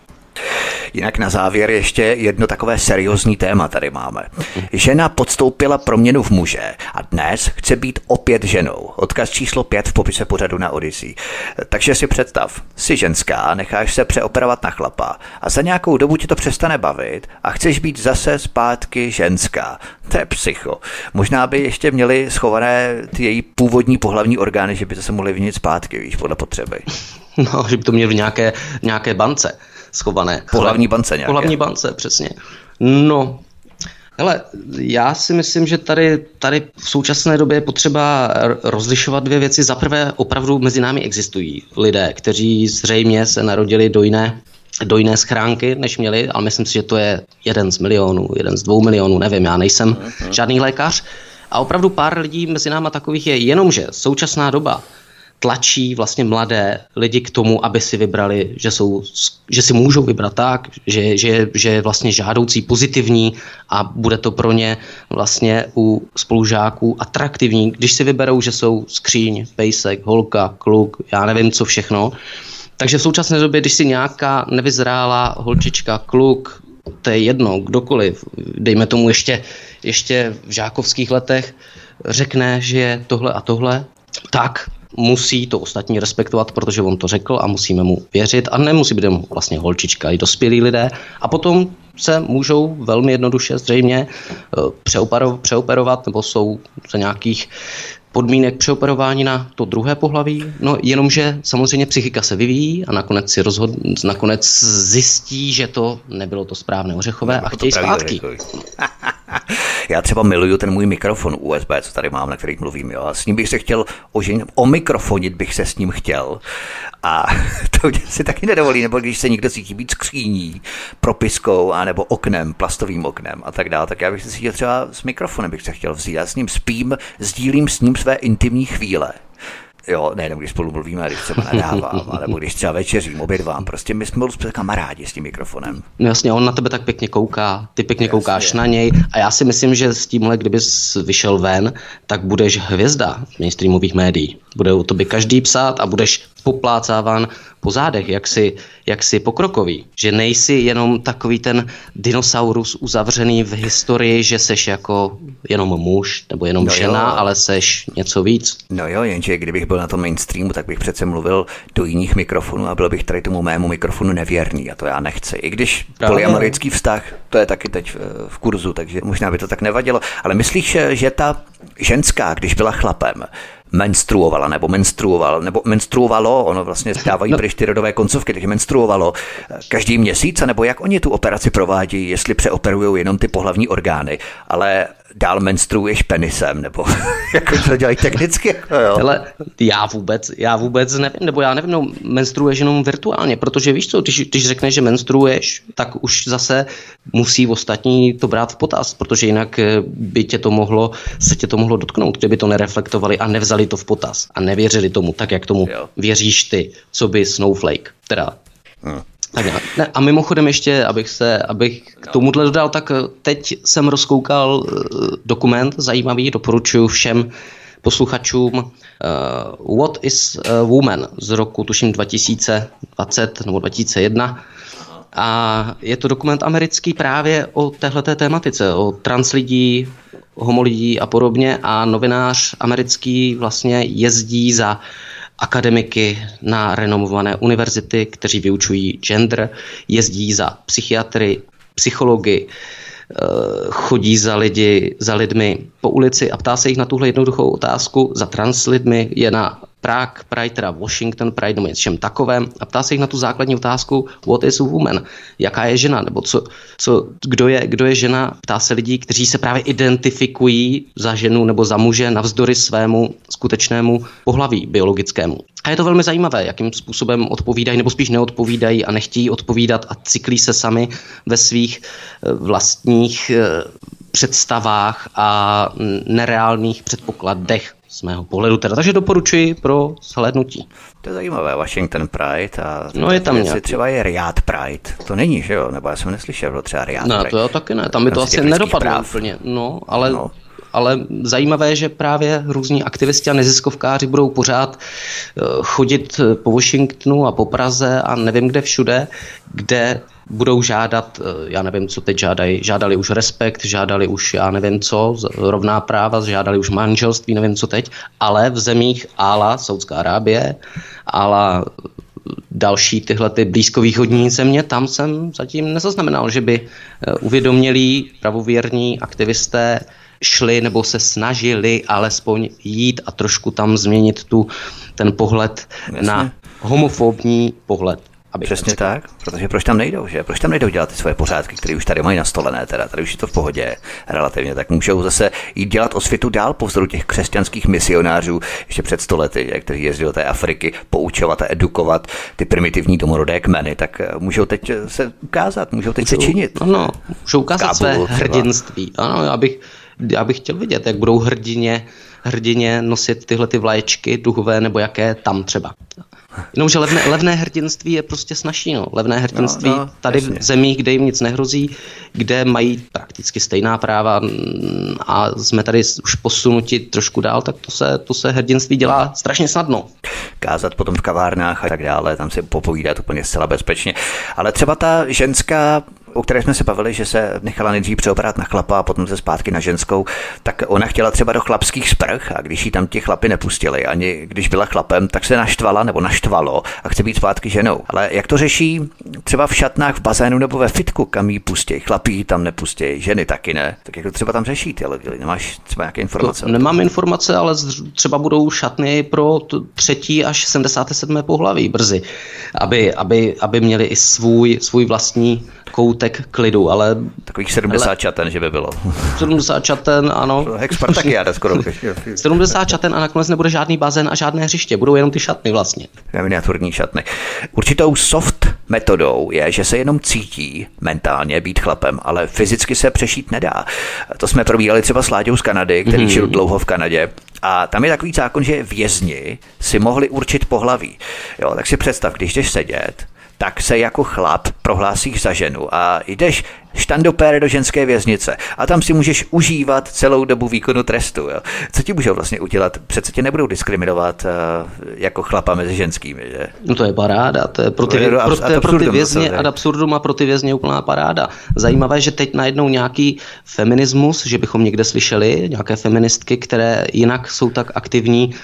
[SPEAKER 1] Jinak na závěr ještě jedno takové seriózní téma tady máme. Žena podstoupila proměnu v muže a dnes chce být opět ženou. Odkaz číslo pět v popise pořadu na Odyssey. Takže si představ, jsi ženská, necháš se přeoperovat na chlapa a za nějakou dobu ti to přestane bavit a chceš být zase zpátky ženská. To je psycho. Možná by ještě měli schované ty její původní pohlavní orgány, že by zase mohly vnit zpátky, víš, podle potřeby.
[SPEAKER 2] No, že by to měl v nějaké, nějaké bance schované.
[SPEAKER 1] Pohlavní bance nějaké.
[SPEAKER 2] Pohlavní bance, přesně. No, hele, já si myslím, že tady, tady v současné době je potřeba rozlišovat dvě věci. Za prvé, opravdu mezi námi existují lidé, kteří zřejmě se narodili do jiné, do jiné schránky, než měli, ale myslím si, že to je jeden z milionů, jeden z dvou milionů, nevím, já nejsem uh-huh. žádný lékař. A opravdu pár lidí mezi náma takových je, jenomže současná doba tlačí vlastně mladé lidi k tomu, aby si vybrali, že, jsou, že si můžou vybrat tak, že, že, že je vlastně žádoucí, pozitivní a bude to pro ně vlastně u spolužáků atraktivní, když si vyberou, že jsou skříň, pejsek, holka, kluk, já nevím co všechno. Takže v současné době, když si nějaká nevyzrálá holčička, kluk, to je jedno, kdokoliv, dejme tomu ještě, ještě v žákovských letech, řekne, že je tohle a tohle, tak musí to ostatní respektovat, protože on to řekl a musíme mu věřit a nemusí být mu vlastně holčička, i dospělí lidé a potom se můžou velmi jednoduše zřejmě přeopero, přeoperovat nebo jsou za nějakých podmínek přeoperování na to druhé pohlaví, no jenomže samozřejmě psychika se vyvíjí a nakonec si rozhod, nakonec zjistí, že to nebylo to správné ořechové a chtějí zpátky.
[SPEAKER 1] Já třeba miluju ten můj mikrofon U S B, co tady mám, na který mluvím, jo. A s ním bych se chtěl oženit, omikrofonit bych se s ním chtěl. A to si taky nedovolí, nebo když se někdo cítí být skříní, propiskou, anebo oknem, plastovým oknem a tak dále, tak já bych se cítil třeba s mikrofonem, bych se chtěl vzít. Já s ním spím, sdílím s ním své intimní chvíle. Jo, nejenom když spolu mluvíme, když třeba nadávám, nebo když třeba večeřím, obědvám. Prostě my jsme spolu kamarádi s tím mikrofonem.
[SPEAKER 2] No jasně, on na tebe tak pěkně kouká, ty pěkně jasně. koukáš na něj a já si myslím, že s tímhle, kdybys vyšel ven, tak budeš hvězda mainstreamových médií. Bude o tobě každý psát a budeš poplácáván po zádech, jak si, jak si pokrokový. Že nejsi jenom takový ten dinosaurus uzavřený v historii, že seš jako jenom muž nebo jenom no žena, jo. ale seš něco víc.
[SPEAKER 1] No jo, jenže kdybych byl na tom mainstreamu, tak bych přece mluvil do jiných mikrofonů a byl bych tady tomu mému mikrofonu nevěrný a to já nechci. I když Právě. polyamorický vztah, to je taky teď v kurzu, takže možná by to tak nevadilo. Ale myslíš, že ta ženská, když byla chlapem, menstruovala nebo menstruoval, nebo menstruovalo, ono vlastně dávají no. pryč ty rodové koncovky, takže menstruovalo každý měsíc, nebo jak oni tu operaci provádějí, jestli přeoperují jenom ty pohlavní orgány, ale dál menstruuješ penisem, nebo jako to dělají technicky? Jako jo.
[SPEAKER 2] Ale já vůbec, já vůbec nevím, nebo já nevím, no, menstruuješ jenom virtuálně, protože víš co, když, když řekneš, že menstruuješ, tak už zase musí ostatní to brát v potaz, protože jinak by tě to mohlo, se tě to mohlo dotknout, kdyby to nereflektovali a nevzali to v potaz a nevěřili tomu, tak jak tomu jo. věříš ty, co by Snowflake, teda. Hmm. Tak ne, a mimochodem ještě, abych se, abych k tomuhle dodal, tak teď jsem rozkoukal uh, dokument zajímavý, doporučuji všem posluchačům uh, What is a Woman z roku, tuším dva tisíce dvacet nebo dva tisíce jedna. A je to dokument americký právě o téhleté tématice, o trans lidí, homo lidí a podobně, a novinář americký vlastně jezdí za akademiky na renomované univerzity, kteří vyučují gender, jezdí za psychiatry, psychology, chodí za lidi, za lidmi po ulici a ptá se jich na tuhle jednoduchou otázku. Za trans lidmi je na Prague Pride, teda Washington Pride, nebo něčem takovém, a ptá se jich na tu základní otázku what is a woman, jaká je žena, nebo co, co, kdo, je, kdo je žena. Ptá se lidí, kteří se právě identifikují za ženu nebo za muže navzdory svému skutečnému pohlaví biologickému. A je to velmi zajímavé, jakým způsobem odpovídají, nebo spíš neodpovídají a nechtějí odpovídat a cyklí se sami ve svých vlastních představách a nereálných předpokladech z mého pohledu teda. Takže doporučuji pro shlédnutí.
[SPEAKER 1] To je zajímavé, Washington Pride a
[SPEAKER 2] no je tam
[SPEAKER 1] nějaký. Třeba je Riyadh Pride. To není, že jo? Nebo já jsem neslyšel, bylo třeba Riyadh
[SPEAKER 2] no,
[SPEAKER 1] Pride.
[SPEAKER 2] No to taky ne, tam by to asi nedopadlo práv. úplně. No, ale... No. Ale zajímavé je, že právě různí aktivisti a neziskovkáři budou pořád chodit po Washingtonu a po Praze a nevím kde všude, kde budou žádat, já nevím, co teď žádají, žádali už respekt, žádali už, já nevím co, rovná práva, žádali už manželství, nevím co teď, ale v zemích ála Saudská Arábie, ála další tyhle ty blízkovýchodní země, tam jsem zatím nezaznamenal, že by uvědomělí pravověrní aktivisté šli nebo se snažili alespoň jít a trošku tam změnit tu, ten pohled Jasně. na homofobní pohled.
[SPEAKER 1] Přesně tak, protože proč tam nejdou, že? Proč tam nejdou dělat ty svoje pořádky, které už tady mají nastolené, teda tady už je to v pohodě relativně, tak můžou zase jít dělat osvětu dál po vzoru těch křesťanských misionářů ještě před stolety, kteří jezdili do té Afriky, poučovat a edukovat ty primitivní domorodé kmeny, tak můžou teď se ukázat, můžou teď můžou, se činit.
[SPEAKER 2] Ano, můžou ukázat Kábulu, své třeba. hrdinství. Ano, já bych, já bych chtěl vidět, jak budou hrdině, hrdině nosit tyhle ty vlaječky duhové nebo jaké tam třeba. Jenomže levné, levné hrdinství je prostě snazší. No. Levné hrdinství no, no, tady jasně. v zemích, kde jim nic nehrozí, kde mají prakticky stejná práva a jsme tady už posunuti trošku dál, tak to se, to se hrdinství dělá strašně snadno.
[SPEAKER 1] Kázat potom v kavárnách a tak dále, tam se popovídat úplně zcela bezpečně. Ale třeba ta ženská, o které jsme se bavili, že se nechala nejdřív přeoperat na chlapa a potom se zpátky na ženskou, tak ona chtěla třeba do chlapských sprch a když jí tam ti chlapi nepustili, ani když byla chlapem, tak se naštvala nebo naštvalo a chce být zpátky ženou. Ale jak to řeší třeba v šatnách, v bazénu nebo ve fitku, kam jí pustí? Chlapí tam nepustí, ženy taky ne. Tak jak to třeba tam řeší ty lidi? Nemáš třeba nějaké informace?
[SPEAKER 2] To, nemám informace, ale třeba budou šatny pro třetí až sedmdesáté sedmé pohlaví brzy, aby, aby, aby měli i svůj, svůj vlastní koutek klidu, ale...
[SPEAKER 1] Takových sedmdesát ale, čaten, že by bylo.
[SPEAKER 2] sedmdesát čaten, ano.
[SPEAKER 1] Hex Spartakiáda skoro.
[SPEAKER 2] sedmdesát čaten a nakonec nebude žádný bazén a žádné hřiště, budou jenom ty šatny vlastně.
[SPEAKER 1] Miniaturní šatny. Určitou soft metodou je, že se jenom cítí mentálně být chlapem, ale fyzicky se přešít nedá. To jsme probírali třeba s Láďou z Kanady, který mm-hmm. žil dlouho v Kanadě. A tam je takový zákon, že vězni si mohli určit pohlaví. Jo, tak si představ, když jdeš sedět, tak se jako chlap prohlásíš za ženu a jdeš štandopére do ženské věznice a tam si můžeš užívat celou dobu výkonu trestu. Jo. Co ti můžou vlastně udělat? Přece tě nebudou diskriminovat uh, jako chlapa mezi ženskými, že?
[SPEAKER 2] No to je paráda, to je pro ty, pro, pro, to je pro ty vězně ad absurdum a pro ty vězně úplná paráda. Zajímavé, že teď najednou nějaký feminismus, že bychom někde slyšeli, nějaké feministky, které jinak jsou tak aktivní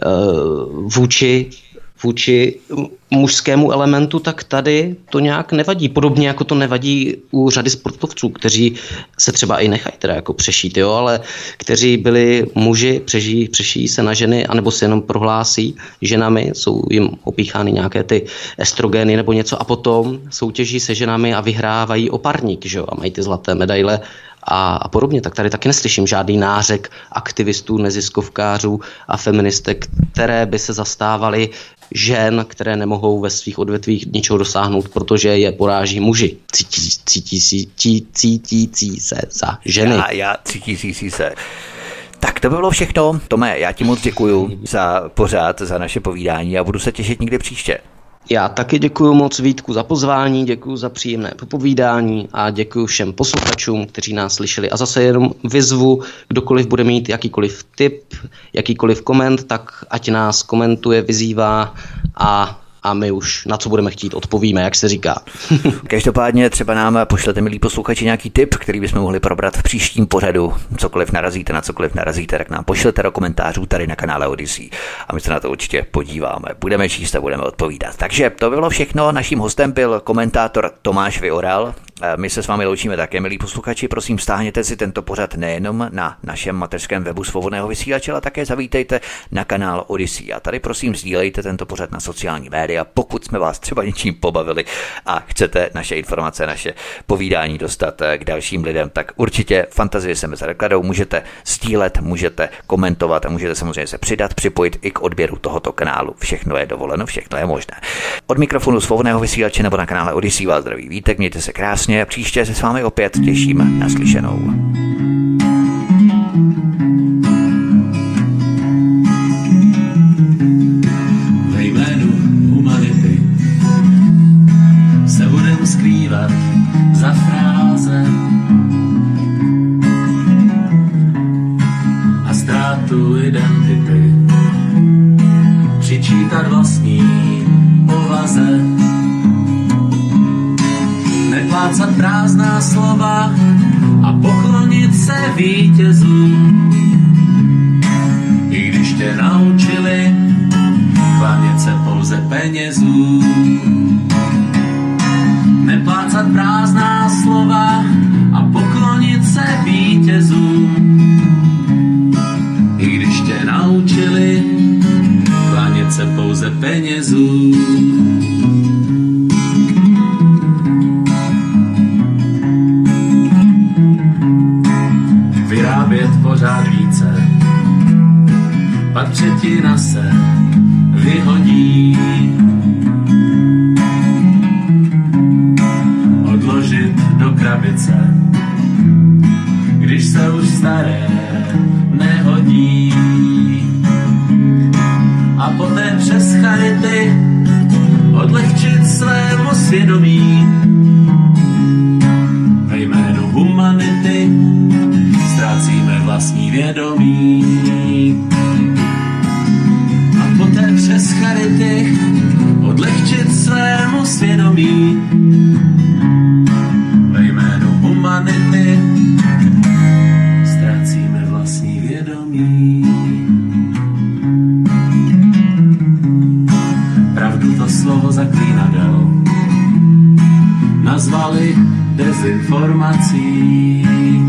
[SPEAKER 2] uh, vůči vůči mužskému elementu, tak tady to nějak nevadí. Podobně jako to nevadí u řady sportovců, kteří se třeba i nechají teda jako přešít, jo, ale kteří byli muži, přežijí, přešijí se na ženy, anebo se jenom prohlásí ženami, jsou jim opíchány nějaké ty estrogeny nebo něco a potom soutěží se ženami a vyhrávají o parník, že jo, a mají ty zlaté medaile a, a podobně, tak tady taky neslyším žádný nářek aktivistů, neziskovkářů a feministek, které by se zastávaly žen, které nemohou ve svých odvětvích ničeho dosáhnout, protože je poráží muži. Cítí, cítí, cítí, cítící se za ženy.
[SPEAKER 1] Já, já cítící se. Tak to by bylo všechno. Tome, já ti moc děkuju za pořád, za naše povídání a budu se těšit někdy příště.
[SPEAKER 2] Já taky děkuji moc Vítku za pozvání, děkuji za příjemné popovídání a děkuji všem posluchačům, kteří nás slyšeli. A zase jenom vyzvu, kdokoliv bude mít jakýkoliv tip, jakýkoliv koment, tak ať nás komentuje, vyzývá a a my už na co budeme chtít odpovíme, jak se říká.
[SPEAKER 1] Každopádně třeba nám pošlete, milí posluchači, nějaký tip, který bychom mohli probrat v příštím pořadu. Cokoliv narazíte, na cokoliv narazíte, tak nám pošlete do komentářů tady na kanále Odyssey a my se na to určitě podíváme. Budeme číst a budeme odpovídat. Takže to bylo všechno. Naším hostem byl komentátor Tomáš Vyoral. My se s vámi loučíme také, milí posluchači. Prosím, stáhněte si tento pořad nejenom na našem mateřském webu Svobodného vysílače, ale také zavítejte na kanál Odyssey. A tady prosím sdílejte tento pořad na sociální média, pokud jsme vás třeba něčím pobavili a chcete naše informace, naše povídání dostat k dalším lidem, tak určitě Fantazie se mezi rekladou můžete sdílet, můžete komentovat a můžete samozřejmě se přidat, připojit i k odběru tohoto kanálu. Všechno je dovoleno, všechno je možné. Od mikrofonu Svobodného vysílače nebo na kanále Odyssey vás zdraví Vítek, mějte se krásně. Příště se s vámi opět těším na slyšenou.
[SPEAKER 5] Ve jménu humanity se budem skrývat za fráze a ztrátu identity přičítat vlastní povaze. Neplácat prázdná slova a poklonit se vítězům. I když tě naučili klanět se pouze penězům. Neplácat prázdná slova a poklonit se vítězům. I když tě naučili klanět se pouze penězům. Vyrábět pořád více, pak třetina se vyhodí. Odložit do krabice, když se už staré nehodí. A poté přes charity odlehčit svému svědomí. Ve jménu humanity ztrácíme vlastní vědomí. A poté přes charity odlehčit svému svědomí. Ve jménu humanity ztrácíme vlastní vědomí. Pravdu to slovo zaklínadel nazvali dezinformací.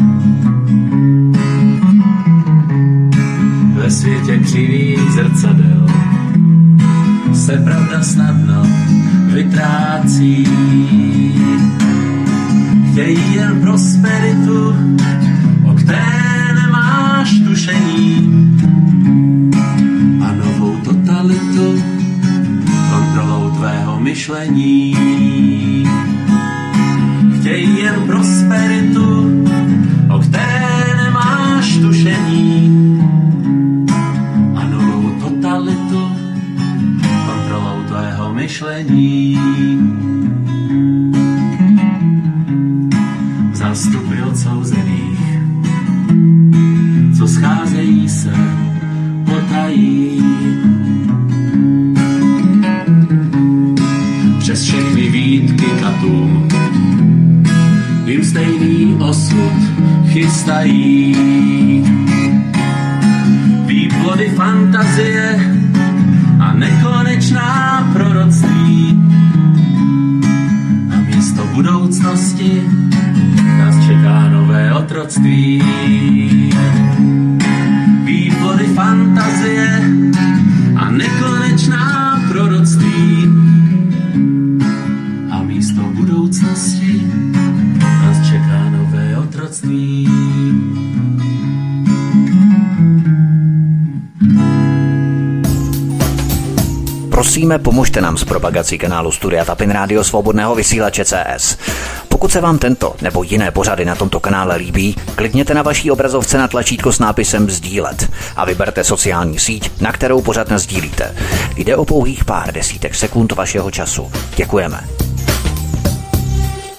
[SPEAKER 5] Ve světě křivých zrcadel se pravda snadno vytrácí. Chtějí jen prosperitu, o které nemáš tušení, a novou totalitu kontrolou tvého myšlení. Chtějí jen prosperitu, o které nemáš tušení, totalitu kontrolou tvého myšlení. Zástupy odsouzených, co scházejí se, potají. Přes všechny výtky katům jim stejný osud chystají. Výplody fantazie a nekonečná proroctví. A místo budoucnosti nás čeká nové otroctví. Výplody fantazie a nekonečná proroctví. A místo budoucnosti nás čeká nové otroctví.
[SPEAKER 1] Prosíme, pomožte nám s propagací kanálu Studia Tapin Rádio Svobodného vysílače C S. Pokud se vám tento nebo jiné pořady na tomto kanále líbí, klikněte na vaší obrazovce na tlačítko s nápisem sdílet a vyberte sociální síť, na kterou pořad nasdílíte. Jde o pouhých pár desítek sekund vašeho času. Děkujeme.